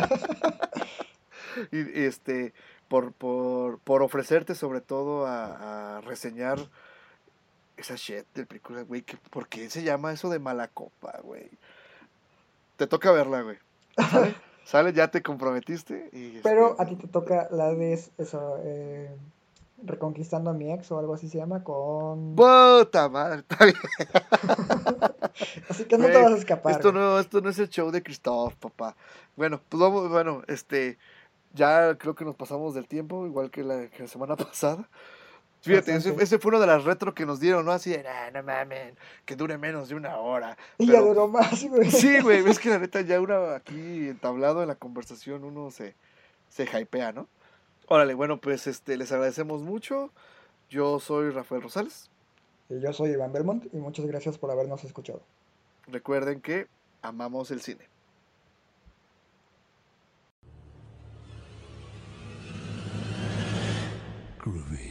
y este por, por, por ofrecerte sobre todo a, a reseñar esa shit de película, güey. que- ¿Por qué se llama eso de mala copa, güey? Te toca verla, güey. ¿Sale? ¿Sale? Ya te comprometiste. Y, este, Pero a ti te toca la de es- eso, eh, Reconquistando a mi ex o algo así se llama, con... ¡Puta madre! Está bien. Así que no te Güey, vas a escapar. Esto güey. no, esto no es el show de Christoph, papá. Bueno, pues vamos, bueno, este, ya creo que nos pasamos del tiempo, igual que la, que la semana pasada. Fíjate, ese, Bastante. ese fue uno de las retro que nos dieron, ¿no? Así de, nah, no mames, que dure menos de una hora. Y ya Pero, duró más, güey. sí, güey, ves que la neta ya uno aquí entablado en la conversación, uno se, se hypea, ¿no? Órale, bueno, pues este, les agradecemos mucho. Yo soy Rafael Rosales. Y yo soy Iván Belmont y muchas gracias por habernos escuchado. Recuerden que amamos el cine. Groovy.